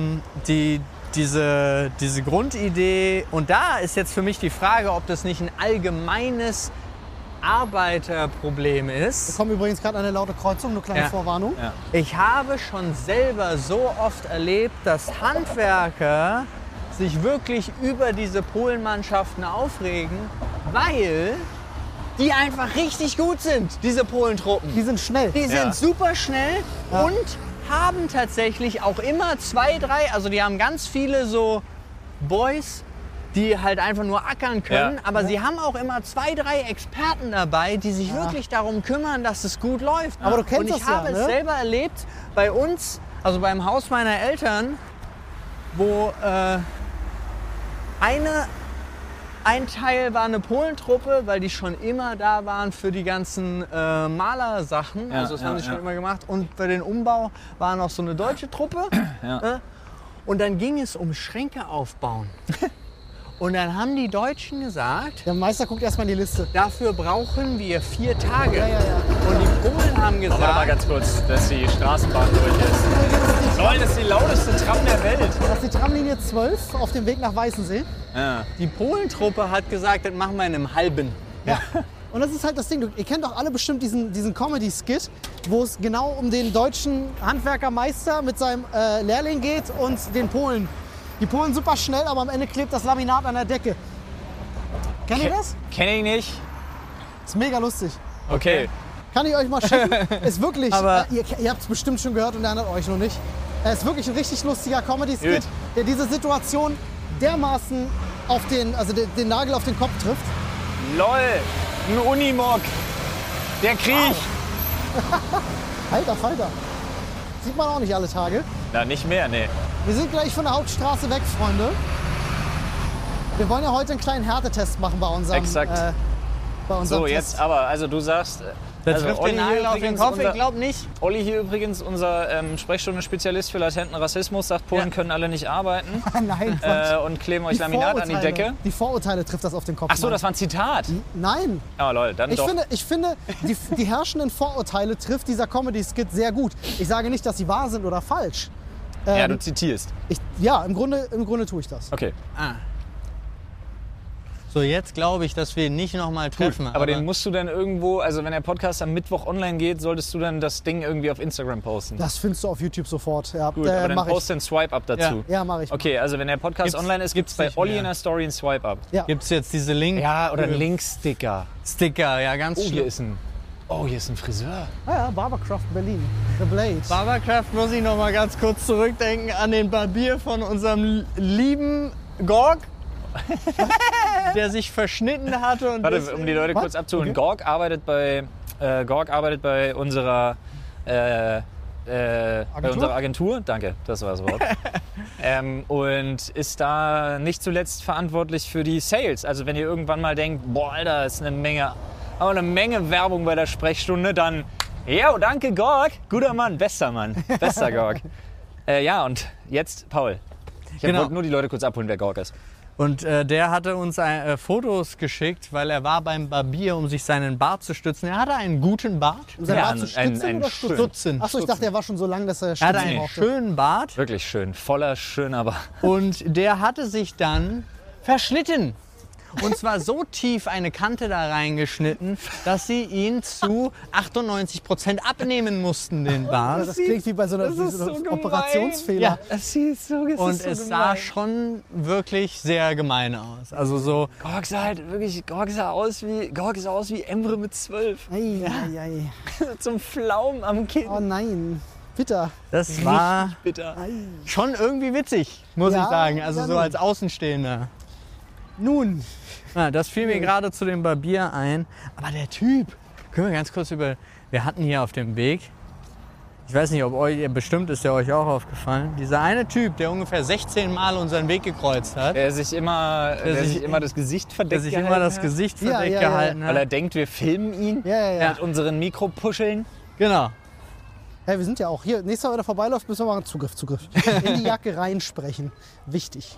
diese Grundidee, und da ist jetzt für mich die Frage, ob das nicht ein allgemeines Arbeiterproblem Wir ist. kommen übrigens gerade an eine laute Kreuzung, nur kleine Ja. Vorwarnung. Ja. Ich habe schon selber so oft erlebt, dass Handwerker sich wirklich über diese Polenmannschaften aufregen, weil die einfach richtig gut sind, diese Polentruppen. Die sind schnell. Die sind super schnell und haben tatsächlich auch immer 2, 3, also die haben ganz viele so Boys, die halt einfach nur ackern können, Ja. aber sie haben auch immer 2, 3 Experten dabei, die sich wirklich darum kümmern, dass es gut läuft. Aber du kennst und ich das ja, habe ne? es selber erlebt bei uns, also beim Haus meiner Eltern, wo ein Teil war eine Polentruppe, weil die schon immer da waren für die ganzen Malersachen. Ja, Also das haben sie ja. schon immer gemacht. Und bei den Umbau war noch so eine deutsche Truppe. Ja. Und dann ging es um Schränke aufbauen. Und dann haben die Deutschen gesagt, Der Meister guckt erstmal in die Liste. dafür brauchen wir 4 Tage. Ja. Und die Polen haben Warte mal gesagt, ganz kurz, dass die Straßenbahn durch ist. Leute, das ist die lauteste Tram der Welt. Das ist die Tramlinie 12 auf dem Weg nach Weißensee. Ja. die Polentruppe hat gesagt, das machen wir in einem halben. Ja. Und das ist halt das Ding, ihr kennt doch alle bestimmt diesen Comedy-Skit, wo es genau um den deutschen Handwerkermeister mit seinem Lehrling geht und den Polen. Die Polen super schnell, aber am Ende klebt das Laminat an der Decke. Kennt ihr das? Kenn ich nicht. Ist mega lustig. Okay. Kann ich euch mal schicken. Ist wirklich, Aber- ihr habt es bestimmt schon gehört und erinnert euch noch nicht. Ist wirklich ein richtig lustiger Comedy-Skit, Gut. der diese Situation dermaßen auf den Nagel auf den Kopf trifft. LOL, ein Unimog. Der Krieg. Alter Falter. Sieht man auch nicht alle Tage. Na, nicht mehr, nee. Wir sind gleich von der Hauptstraße weg, Freunde. Wir wollen ja heute einen kleinen Härtetest machen bei unserem, Exakt. bei unserem So, Test. jetzt aber, also du sagst, Das also trifft Olli den hier Nagel auf den übrigens Kopf, ich unser- glaube nicht. Olli hier übrigens, unser Sprechstunde-Spezialist für latenten Rassismus, sagt, Polen Ja. können alle nicht arbeiten Nein, Quatsch. und kleben euch Laminat an die Decke. Die Vorurteile trifft das auf den Kopf. Ach so, das war ein Zitat. Nein, Oh lol, dann doch. ich finde die herrschenden Vorurteile trifft dieser Comedy-Skit sehr gut. Ich sage nicht, dass sie wahr sind oder falsch. Ja, du zitierst. Im Grunde tue ich das. Okay, So, jetzt glaube ich, dass wir ihn nicht nochmal treffen. aber den musst du dann irgendwo, also wenn der Podcast am Mittwoch online geht, solltest du dann das Ding irgendwie auf Instagram posten. Das findest du auf YouTube sofort. Ja, Gut, aber dann mach ich. post den Swipe-Up dazu. Ja, mache ich. Okay, also wenn der Podcast Gibt's- online ist, gibt es bei nicht Olli mehr. in der Story einen Swipe-Up. Ja. Gibt es jetzt diese Link? Ja, oder ein Linksticker. Sticker, ja, ganz Oh, schlimm. hier ist ein Friseur. Ja, Barbercraft Berlin. The Blade. Barbercraft muss ich noch mal ganz kurz zurückdenken an den Barbier von unserem lieben Gorg, der sich verschnitten hatte. Und Warte, um die Leute Was? kurz abzuholen. Okay. Gorg arbeitet bei unserer bei unserer Agentur. Danke, das war das Wort. Und ist da nicht zuletzt verantwortlich für die Sales. Also wenn ihr irgendwann mal denkt, boah, Alter, ist eine Menge Werbung bei der Sprechstunde, dann, ja, danke, Gorg. Guter Mann, bester Gorg. Ja, und jetzt Paul. Ich wollte nur die Leute kurz abholen, wer Gorg ist. Und der hatte uns Fotos geschickt, weil er war beim Barbier, um sich seinen Bart zu stützen. Er hatte einen guten Bart. Um seinen Bart zu stützen oder stutzen? Achso, ich dachte, er war schon so lang, dass er Er hatte einen schönen Bart. Wirklich schön, voller schöner Bart. Und der hatte sich dann verschnitten. Und zwar so tief eine Kante da reingeschnitten, dass sie ihn zu 98% abnehmen mussten, den Bart. Das klingt wie bei so einer Operationsfehler. Ja. Das sieht so Und es sah schon wirklich sehr gemein aus. Also so. Gorg sah aus wie Emre mit 12. Ei. Zum Pflaumen am Kinn. Oh nein, bitter. Das war Bitter. schon irgendwie witzig, muss ich sagen. Also so als Außenstehender. Nun. Ja, das fiel mir gerade zu dem Barbier ein. Aber der Typ, können wir ganz kurz wir hatten hier auf dem Weg, ich weiß nicht, bestimmt ist der euch auch aufgefallen, dieser eine Typ, der ungefähr 16 Mal unseren Weg gekreuzt hat. Der sich immer das Gesicht verdeckt gehalten hat. Weil er denkt, wir filmen ihn mit unseren Mikropuscheln. Genau. Hey, wir sind ja auch hier. Nächstes Mal, wenn er vorbeiläuft, müssen wir mal Zugriff. In die Jacke reinsprechen. Wichtig.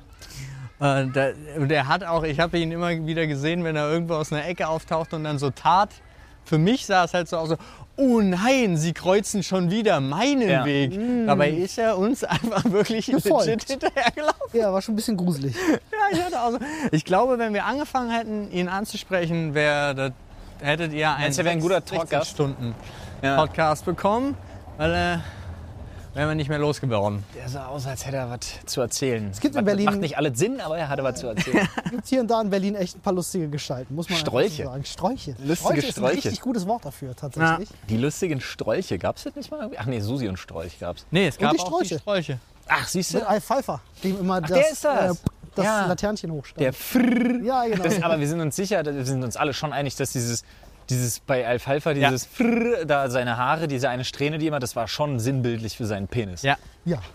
Der hat auch, ich habe ihn immer wieder gesehen, wenn er irgendwo aus einer Ecke auftaucht und dann so tat. Für mich sah es halt so aus, so, oh nein, sie kreuzen schon wieder meinen Weg. Dabei ist er uns einfach wirklich legit hinterhergelaufen. Ja, war schon ein bisschen gruselig. Ja, ich glaube, wenn wir angefangen hätten, ihn anzusprechen, hättet ihr einen 16-Stunden Podcast bekommen, weil wären wir nicht mehr losgeworden. Der sah aus, als hätte er was zu erzählen. Es gibt in Berlin, macht nicht alles Sinn, aber er hatte was zu erzählen. Es gibt hier und da in Berlin echt ein paar lustige Gestalten, muss man Strolche. So sagen. Strolche. Lustige Ist ein richtig gutes Wort dafür, tatsächlich. Ja. Die lustigen Strolche, gab es das nicht mal? Ach nee, Susi und Strolch gab es. Nee, es gab die auch die Strolche. Ach, siehst du? Mit Alfalfa, dem immer der ist das. Das Laternchen hochstand. Der Frrrr. Ja, genau. Aber wir sind uns sicher, wir sind uns alle schon einig, dass dieses bei Alfalfa, dieses Frrrr, da seine Haare, diese eine Strähne, die immer, das war schon sinnbildlich für seinen Penis. Ja.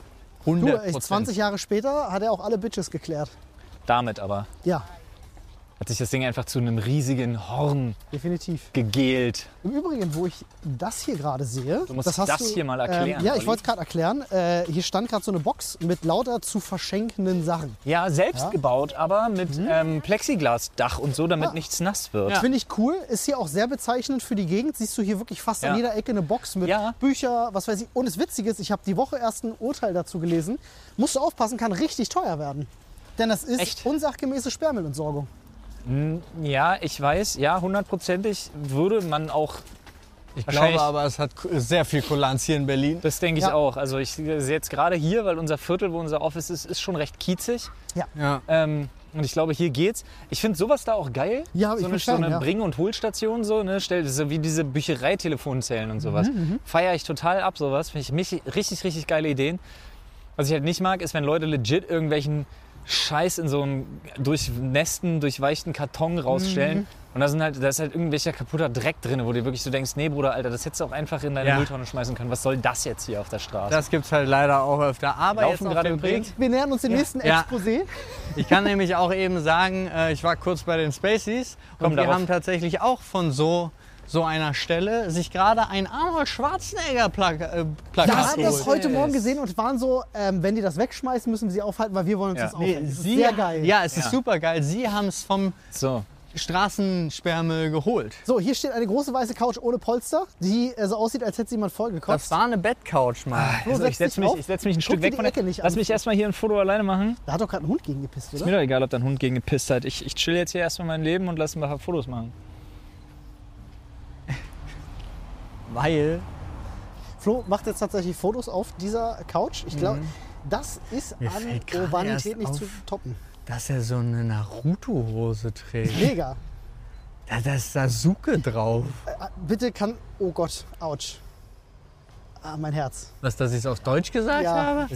100%. 20 Jahre später hat er auch alle Bitches geklärt. Damit aber. Ja. Hat sich das Ding einfach zu einem riesigen Horn definitiv gegelt. Im Übrigen, wo ich das hier gerade sehe... Du musst das hier mal erklären. Ja, ich wollte es gerade erklären. Hier stand gerade so eine Box mit lauter zu verschenkenden Sachen. Ja, selbst gebaut, aber mit Plexiglasdach und so, damit nichts nass wird. Ja. Finde ich cool. Ist hier auch sehr bezeichnend für die Gegend. Siehst du hier wirklich fast an jeder Ecke eine Box mit Bücher, was weiß ich. Und das Witzige ist, ich habe die Woche erst ein Urteil dazu gelesen. Musst du aufpassen, kann richtig teuer werden. Denn das ist unsachgemäße Sperrmüllentsorgung. Ja, ich weiß, ja, 100%ig würde man auch. Ich glaube aber, es hat sehr viel Kulanz hier in Berlin. Das denke ich auch. Also ich sehe jetzt gerade hier, weil unser Viertel, wo unser Office ist schon recht kiezig. Ja. Und ich glaube, hier geht's. Ich finde sowas da auch geil. Ja, so eine Bring- und Holstation, so wie diese Büchereitelefonzellen und sowas. Feiere ich total ab, sowas. Finde ich richtig, richtig geile Ideen. Was ich halt nicht mag, ist, wenn Leute legit irgendwelchen Scheiß in so einen durchweichten Karton rausstellen. Und da ist halt irgendwelcher kaputter Dreck drin, wo du wirklich so denkst, nee Bruder, Alter, das hättest du auch einfach in deine Mülltonne schmeißen können. Was soll das jetzt hier auf der Straße? Das gibt's halt leider auch öfter. Aber Laufen jetzt gerade übrigens. Wir nähern uns dem nächsten Exposé. Ich kann nämlich auch eben sagen, ich war kurz bei den Spaceys und wir haben tatsächlich auch von so einer Stelle sich gerade ein Arnold Schwarzenegger Plakat Wir haben das heute Morgen gesehen und waren so, wenn die das wegschmeißen, müssen sie aufhalten, weil wir wollen uns das aufhalten. Das ist sehr geil. Ja, es ist super geil. Sie haben es vom Straßensperrmüll geholt. So, hier steht eine große weiße Couch ohne Polster, die so aussieht, als hätte sie jemand vollgekotzt. Das war eine Bettcouch, Mann. Also ich setz mich ein Stück weg von der Ecke. Lass mich erstmal hier ein Foto alleine machen. Da hat doch gerade ein Hund gegen gepisst, oder? Ist mir doch egal, ob da ein Hund gegen gepisst hat. Ich chill jetzt hier erstmal mein Leben und lass ein paar Fotos machen. Weil Flo macht jetzt tatsächlich Fotos auf dieser Couch. Ich glaube, das ist an Urbanität nicht zu toppen. Dass er so eine Naruto-Hose trägt. Mega. Da ist Sasuke drauf. Bitte oh Gott, ouch. Mein Herz. Was, dass ich es auf Deutsch gesagt habe?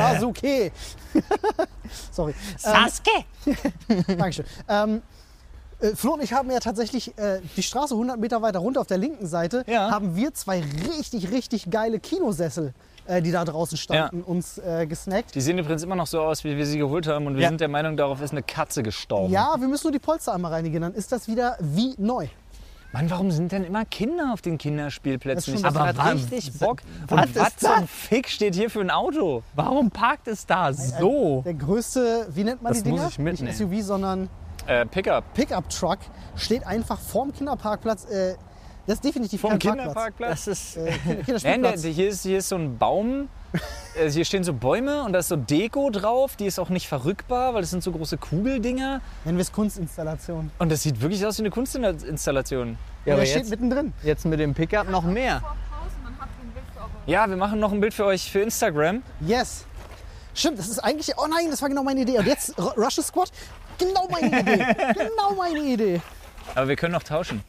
Sasuke. Sorry. Sasuke. Dankeschön. Flo und ich haben ja tatsächlich die Straße 100 Meter weiter runter auf der linken Seite, haben wir 2 richtig, richtig geile Kinosessel, die da draußen standen, uns gesnackt. Die sehen übrigens immer noch so aus, wie wir sie geholt haben. Und wir sind der Meinung, darauf ist eine Katze gestorben. Ja, wir müssen nur die Polster einmal reinigen, dann ist das wieder wie neu. Mann, warum sind denn immer Kinder auf den Kinderspielplätzen? Ich aber hab richtig Bock. was Und was ist das? zum Fick steht hier für ein Auto? Warum parkt es da so? Der größte, wie nennt man Das die Dinger? muss ich mitnehmen. Nicht SUV, sondern Pickup. Pickup-Truck steht einfach vorm Kinderparkplatz. Das ist definitiv Vom kein Kinderparkplatz? Das ist... Kinderspielplatz. Nein, hier ist so ein Baum. Hier stehen so Bäume und da ist so Deko drauf. Die ist auch nicht verrückbar, weil das sind so große Kugeldinger. Nennen wir es Kunstinstallation. Und das sieht wirklich aus wie eine Kunstinstallation. Ja, Der aber steht jetzt, mittendrin. jetzt mit dem Pickup noch mehr. Ja, wir machen noch ein Bild für euch für Instagram. Yes. Stimmt, das ist eigentlich... Oh nein, das war genau meine Idee. Und jetzt Rush Squad. Genau meine Idee. Genau meine Idee. Aber wir können noch tauschen.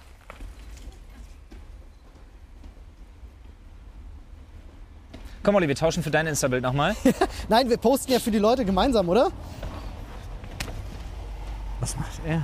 Komm Olli, wir tauschen für dein Insta-Bild nochmal. Nein, wir posten ja für die Leute gemeinsam, oder? Was macht er?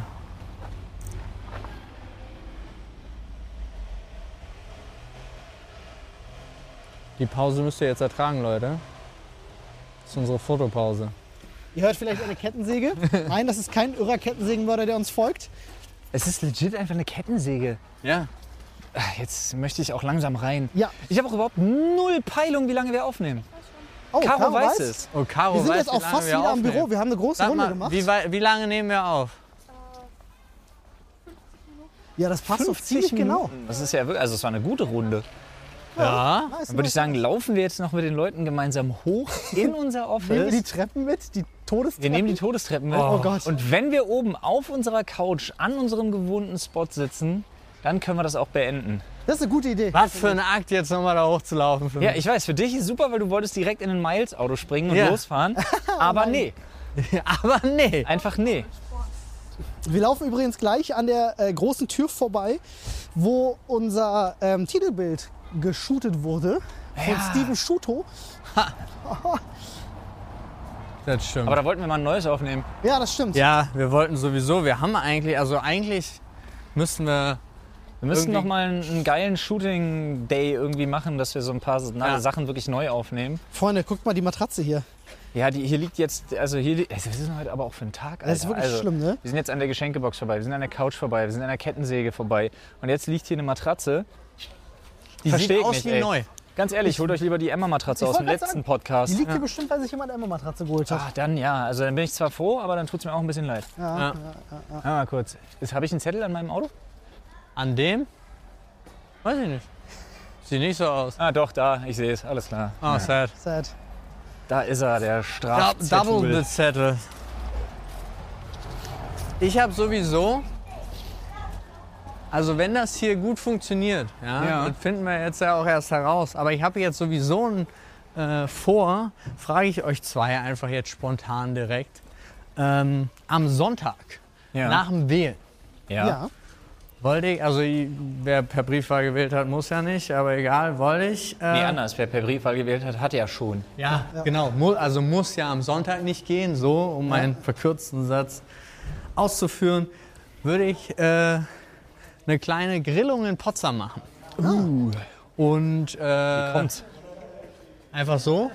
Die Pause müsst ihr jetzt ertragen, Leute. Das ist unsere Fotopause. Ihr hört vielleicht eine Kettensäge. Nein, das ist kein irrer Kettensägenmörder, der uns folgt. Es ist legit einfach eine Kettensäge. Ja. Jetzt möchte ich auch langsam rein. Ja. Ich habe auch überhaupt null Peilung, wie lange wir aufnehmen. Oh, Caro weiß es. Oh, Caro Wir sind weiß, jetzt auch wie lange fast wir wieder am aufnehmen. Büro. Wir haben eine große Sag Runde mal, gemacht. wie lange nehmen wir auf? Ja, das passt doch ziemlich genau. Das ist ja wirklich, also es war eine gute Runde. Ja. Nice, Dann würde ich sagen, laufen wir jetzt noch mit den Leuten gemeinsam hoch in unser Nehmen wir die Office. Treppen mit, die Todestreppen. Wir nehmen die Todestreppen mit. Oh Gott. Und wenn wir oben auf unserer Couch an unserem gewohnten Spot sitzen, dann können wir das auch beenden. Das ist eine gute Idee. Was für ein Akt, jetzt nochmal da hochzulaufen. Für Ja, mich. ich weiß, für dich ist super, weil du wolltest direkt in ein Miles-Auto springen und Ja. losfahren. Aber nee, Aber nee. einfach nee. Wir laufen übrigens gleich an der großen Tür vorbei, wo unser Titelbild geshootet wurde von Ja. Steven Schuto. Das stimmt. Aber da wollten wir mal ein neues aufnehmen. Ja, das stimmt. Ja, wir wollten sowieso, wir haben eigentlich müssten wir... Wir müssten Irgendwie- noch mal einen geilen Shooting-Day irgendwie machen, dass wir so ein paar Sachen wirklich neu aufnehmen. Freunde, guckt mal die Matratze hier. Ja, hier liegt jetzt, also hier, was ist denn heute aber auch für ein Tag, Alter? Das ist wirklich also, schlimm, ne? Wir sind jetzt an der Geschenkebox vorbei, wir sind an der Couch vorbei, wir sind an der Kettensäge vorbei. Und jetzt liegt hier eine Matratze. Die Versteh sieht ich aus nicht, wie ey. neu. Ganz ehrlich, holt euch lieber die Emma-Matratze Ich aus dem wollte grad letzten sagen, Podcast. Die liegt hier bestimmt, weil sich jemand eine Matratze geholt hat. Ach, dann ja. Also dann bin ich zwar froh, aber dann tut es mir auch ein bisschen leid. Ja. Mal kurz. Habe ich einen Zettel an meinem Auto? An dem? Weiß ich nicht. Sieht nicht so aus. Ah, doch, da. Ich sehe es. Alles klar. Oh, sad. Sad. Da ist er, der Strafzettel. Double the Zettel. Ich habe sowieso, also wenn das hier gut funktioniert, Ja. das finden wir jetzt ja auch erst heraus, aber ich habe jetzt sowieso vor, frage ich euch zwei einfach jetzt spontan direkt, am Sonntag, Ja. nach dem Wählen, Ja. wollte ich, also wer per Briefwahl gewählt hat, muss ja nicht, aber egal, wollte ich... Nee, anders. Wer per Briefwahl gewählt hat, hat ja schon. Ja, genau. Also muss ja am Sonntag nicht gehen, so, um meinen verkürzten Satz auszuführen, würde ich eine kleine Grillung in Potsdam machen. Und Kommt. einfach so.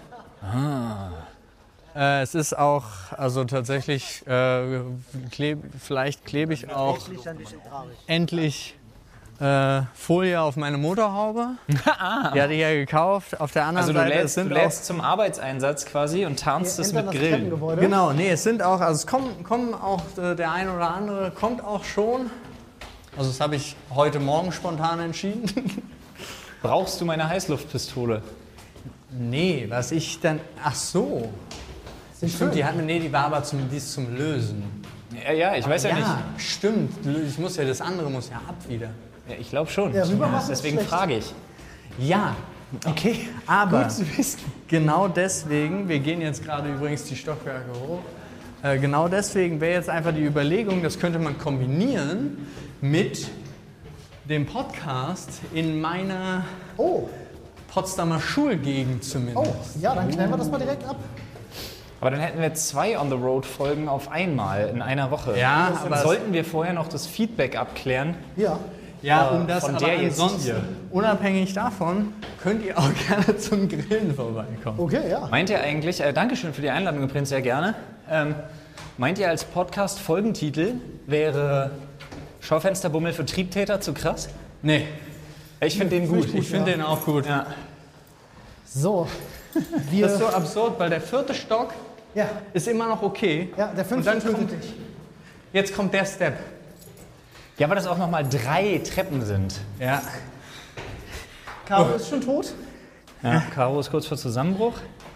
Es ist auch, also tatsächlich, vielleicht klebe ich auch endlich Folie auf meine Motorhaube. Die hatte ich ja gekauft. Auf der anderen Also du Seite lädst, sind du lädst zum Arbeitseinsatz quasi und tarnst es mit Grillen. Treppengebäude. Genau, nee, es sind auch, also es kommen auch, der eine oder andere kommt auch schon. Also das habe ich heute Morgen spontan entschieden. Brauchst du meine Heißluftpistole? Nee, was ich dann, ach so. Stimmt, die hat mir, nee, die war aber die ist zum Lösen. Ja, ich weiß ja, nicht. Stimmt, ich muss ja, das andere muss ja ab wieder. Ja, ich glaube schon. Ja, rüber machen ist Deswegen schlecht. frage ich. Ja, Okay, aber gut zu wissen. genau deswegen, wir gehen jetzt gerade übrigens die Stockwerke hoch, genau deswegen wäre jetzt einfach die Überlegung, das könnte man kombinieren mit dem Podcast in meiner Oh, Potsdamer Schulgegend zumindest. ja, dann knallen wir das mal direkt ab. Aber dann hätten wir 2 On-the-Road-Folgen auf einmal in einer Woche. Ja, dann aber sollten wir vorher noch das Feedback abklären. Ja. Ja, um das von aber der jetzt ansonsten, hier. unabhängig davon, könnt ihr auch gerne zum Grillen vorbeikommen. Okay, ja. Meint ihr eigentlich, Dankeschön für die Einladung übrigens, sehr gerne. Meint ihr als Podcast-Folgentitel wäre Schaufensterbummel für Triebtäter zu krass? Nee, Ich finde den gut. ich finde den auch gut. Ja. So. Das ist so absurd, weil der 4. Stock Ja, ist immer noch okay. ja, der 5. Und dann tötet kommt, dich. jetzt kommt der Step. Ja, aber das auch nochmal 3 Treppen sind. Ja. Caro ist schon tot. Ja, Caro ist kurz vor Zusammenbruch.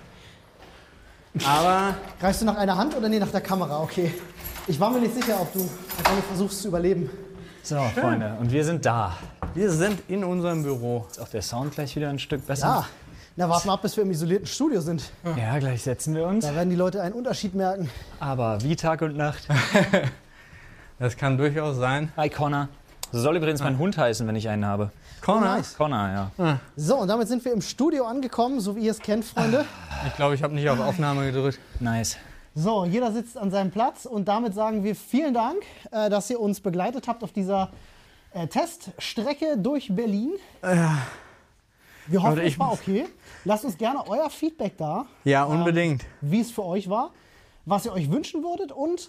Aber Greifst du nach einer Hand oder nee, nach der Kamera? Okay. Ich war mir nicht sicher, ob du einfach versuchst zu überleben. So, Freunde, und wir sind da. wir sind in unserem Büro. Ist auch der Sound gleich wieder ein Stück besser? Ja. Na, warten wir ab, bis wir im isolierten Studio sind. Ja, gleich setzen wir uns. Da werden die Leute einen Unterschied merken. Aber wie Tag und Nacht. Das kann durchaus sein. Hi, Connor. So soll übrigens mein Hund heißen, wenn ich einen habe. Connor, Nice. Connor, ja. So, und damit sind wir im Studio angekommen, so wie ihr es kennt, Freunde. ich glaube, ich habe nicht auf Aufnahme gedrückt. Nice. So, jeder sitzt an seinem Platz und damit sagen wir vielen Dank, dass ihr uns begleitet habt auf dieser Teststrecke durch Berlin. Wir hoffen, Also es war okay. Lasst uns gerne euer Feedback da, Ja, unbedingt. wie es für euch war, was ihr euch wünschen würdet und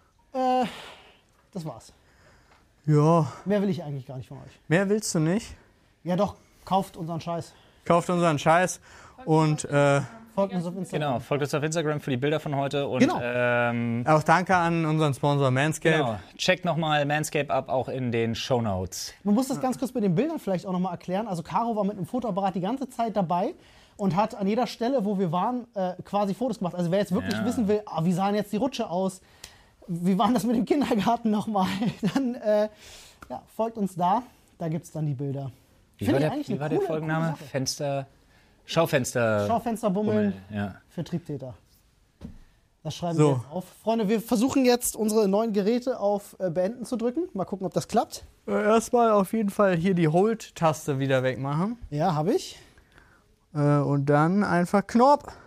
das war's. Ja, Mehr will ich eigentlich gar nicht von euch. mehr willst du nicht? Ja doch, kauft unseren Scheiß. Kauft unseren Scheiß und Folgt uns auf Instagram. Genau, folgt uns auf Instagram für die Bilder von heute. Und Genau. auch danke an unseren Sponsor Manscaped. genau, checkt nochmal Manscaped ab, auch in den Shownotes. Man muss das ganz kurz mit den Bildern vielleicht auch nochmal erklären. Also Caro war mit einem Fotoapparat die ganze Zeit dabei und hat an jeder Stelle, wo wir waren, quasi Fotos gemacht. Also wer jetzt wirklich wissen will, wie sahen jetzt die Rutsche aus, wie war das mit dem Kindergarten nochmal, dann folgt uns da. Da gibt es dann die Bilder. Wie Finde war ich der, eigentlich wie eine war der coole Folgenname? Sache. Schaufenster. Schaufensterbummeln Ja. für Triebtäter. Das schreiben So. wir jetzt auf. Freunde, wir versuchen jetzt unsere neuen Geräte auf Beenden zu drücken. Mal gucken, ob das klappt. Erstmal auf jeden Fall hier die Hold-Taste wieder wegmachen. Ja, habe ich. Und dann einfach Knopf.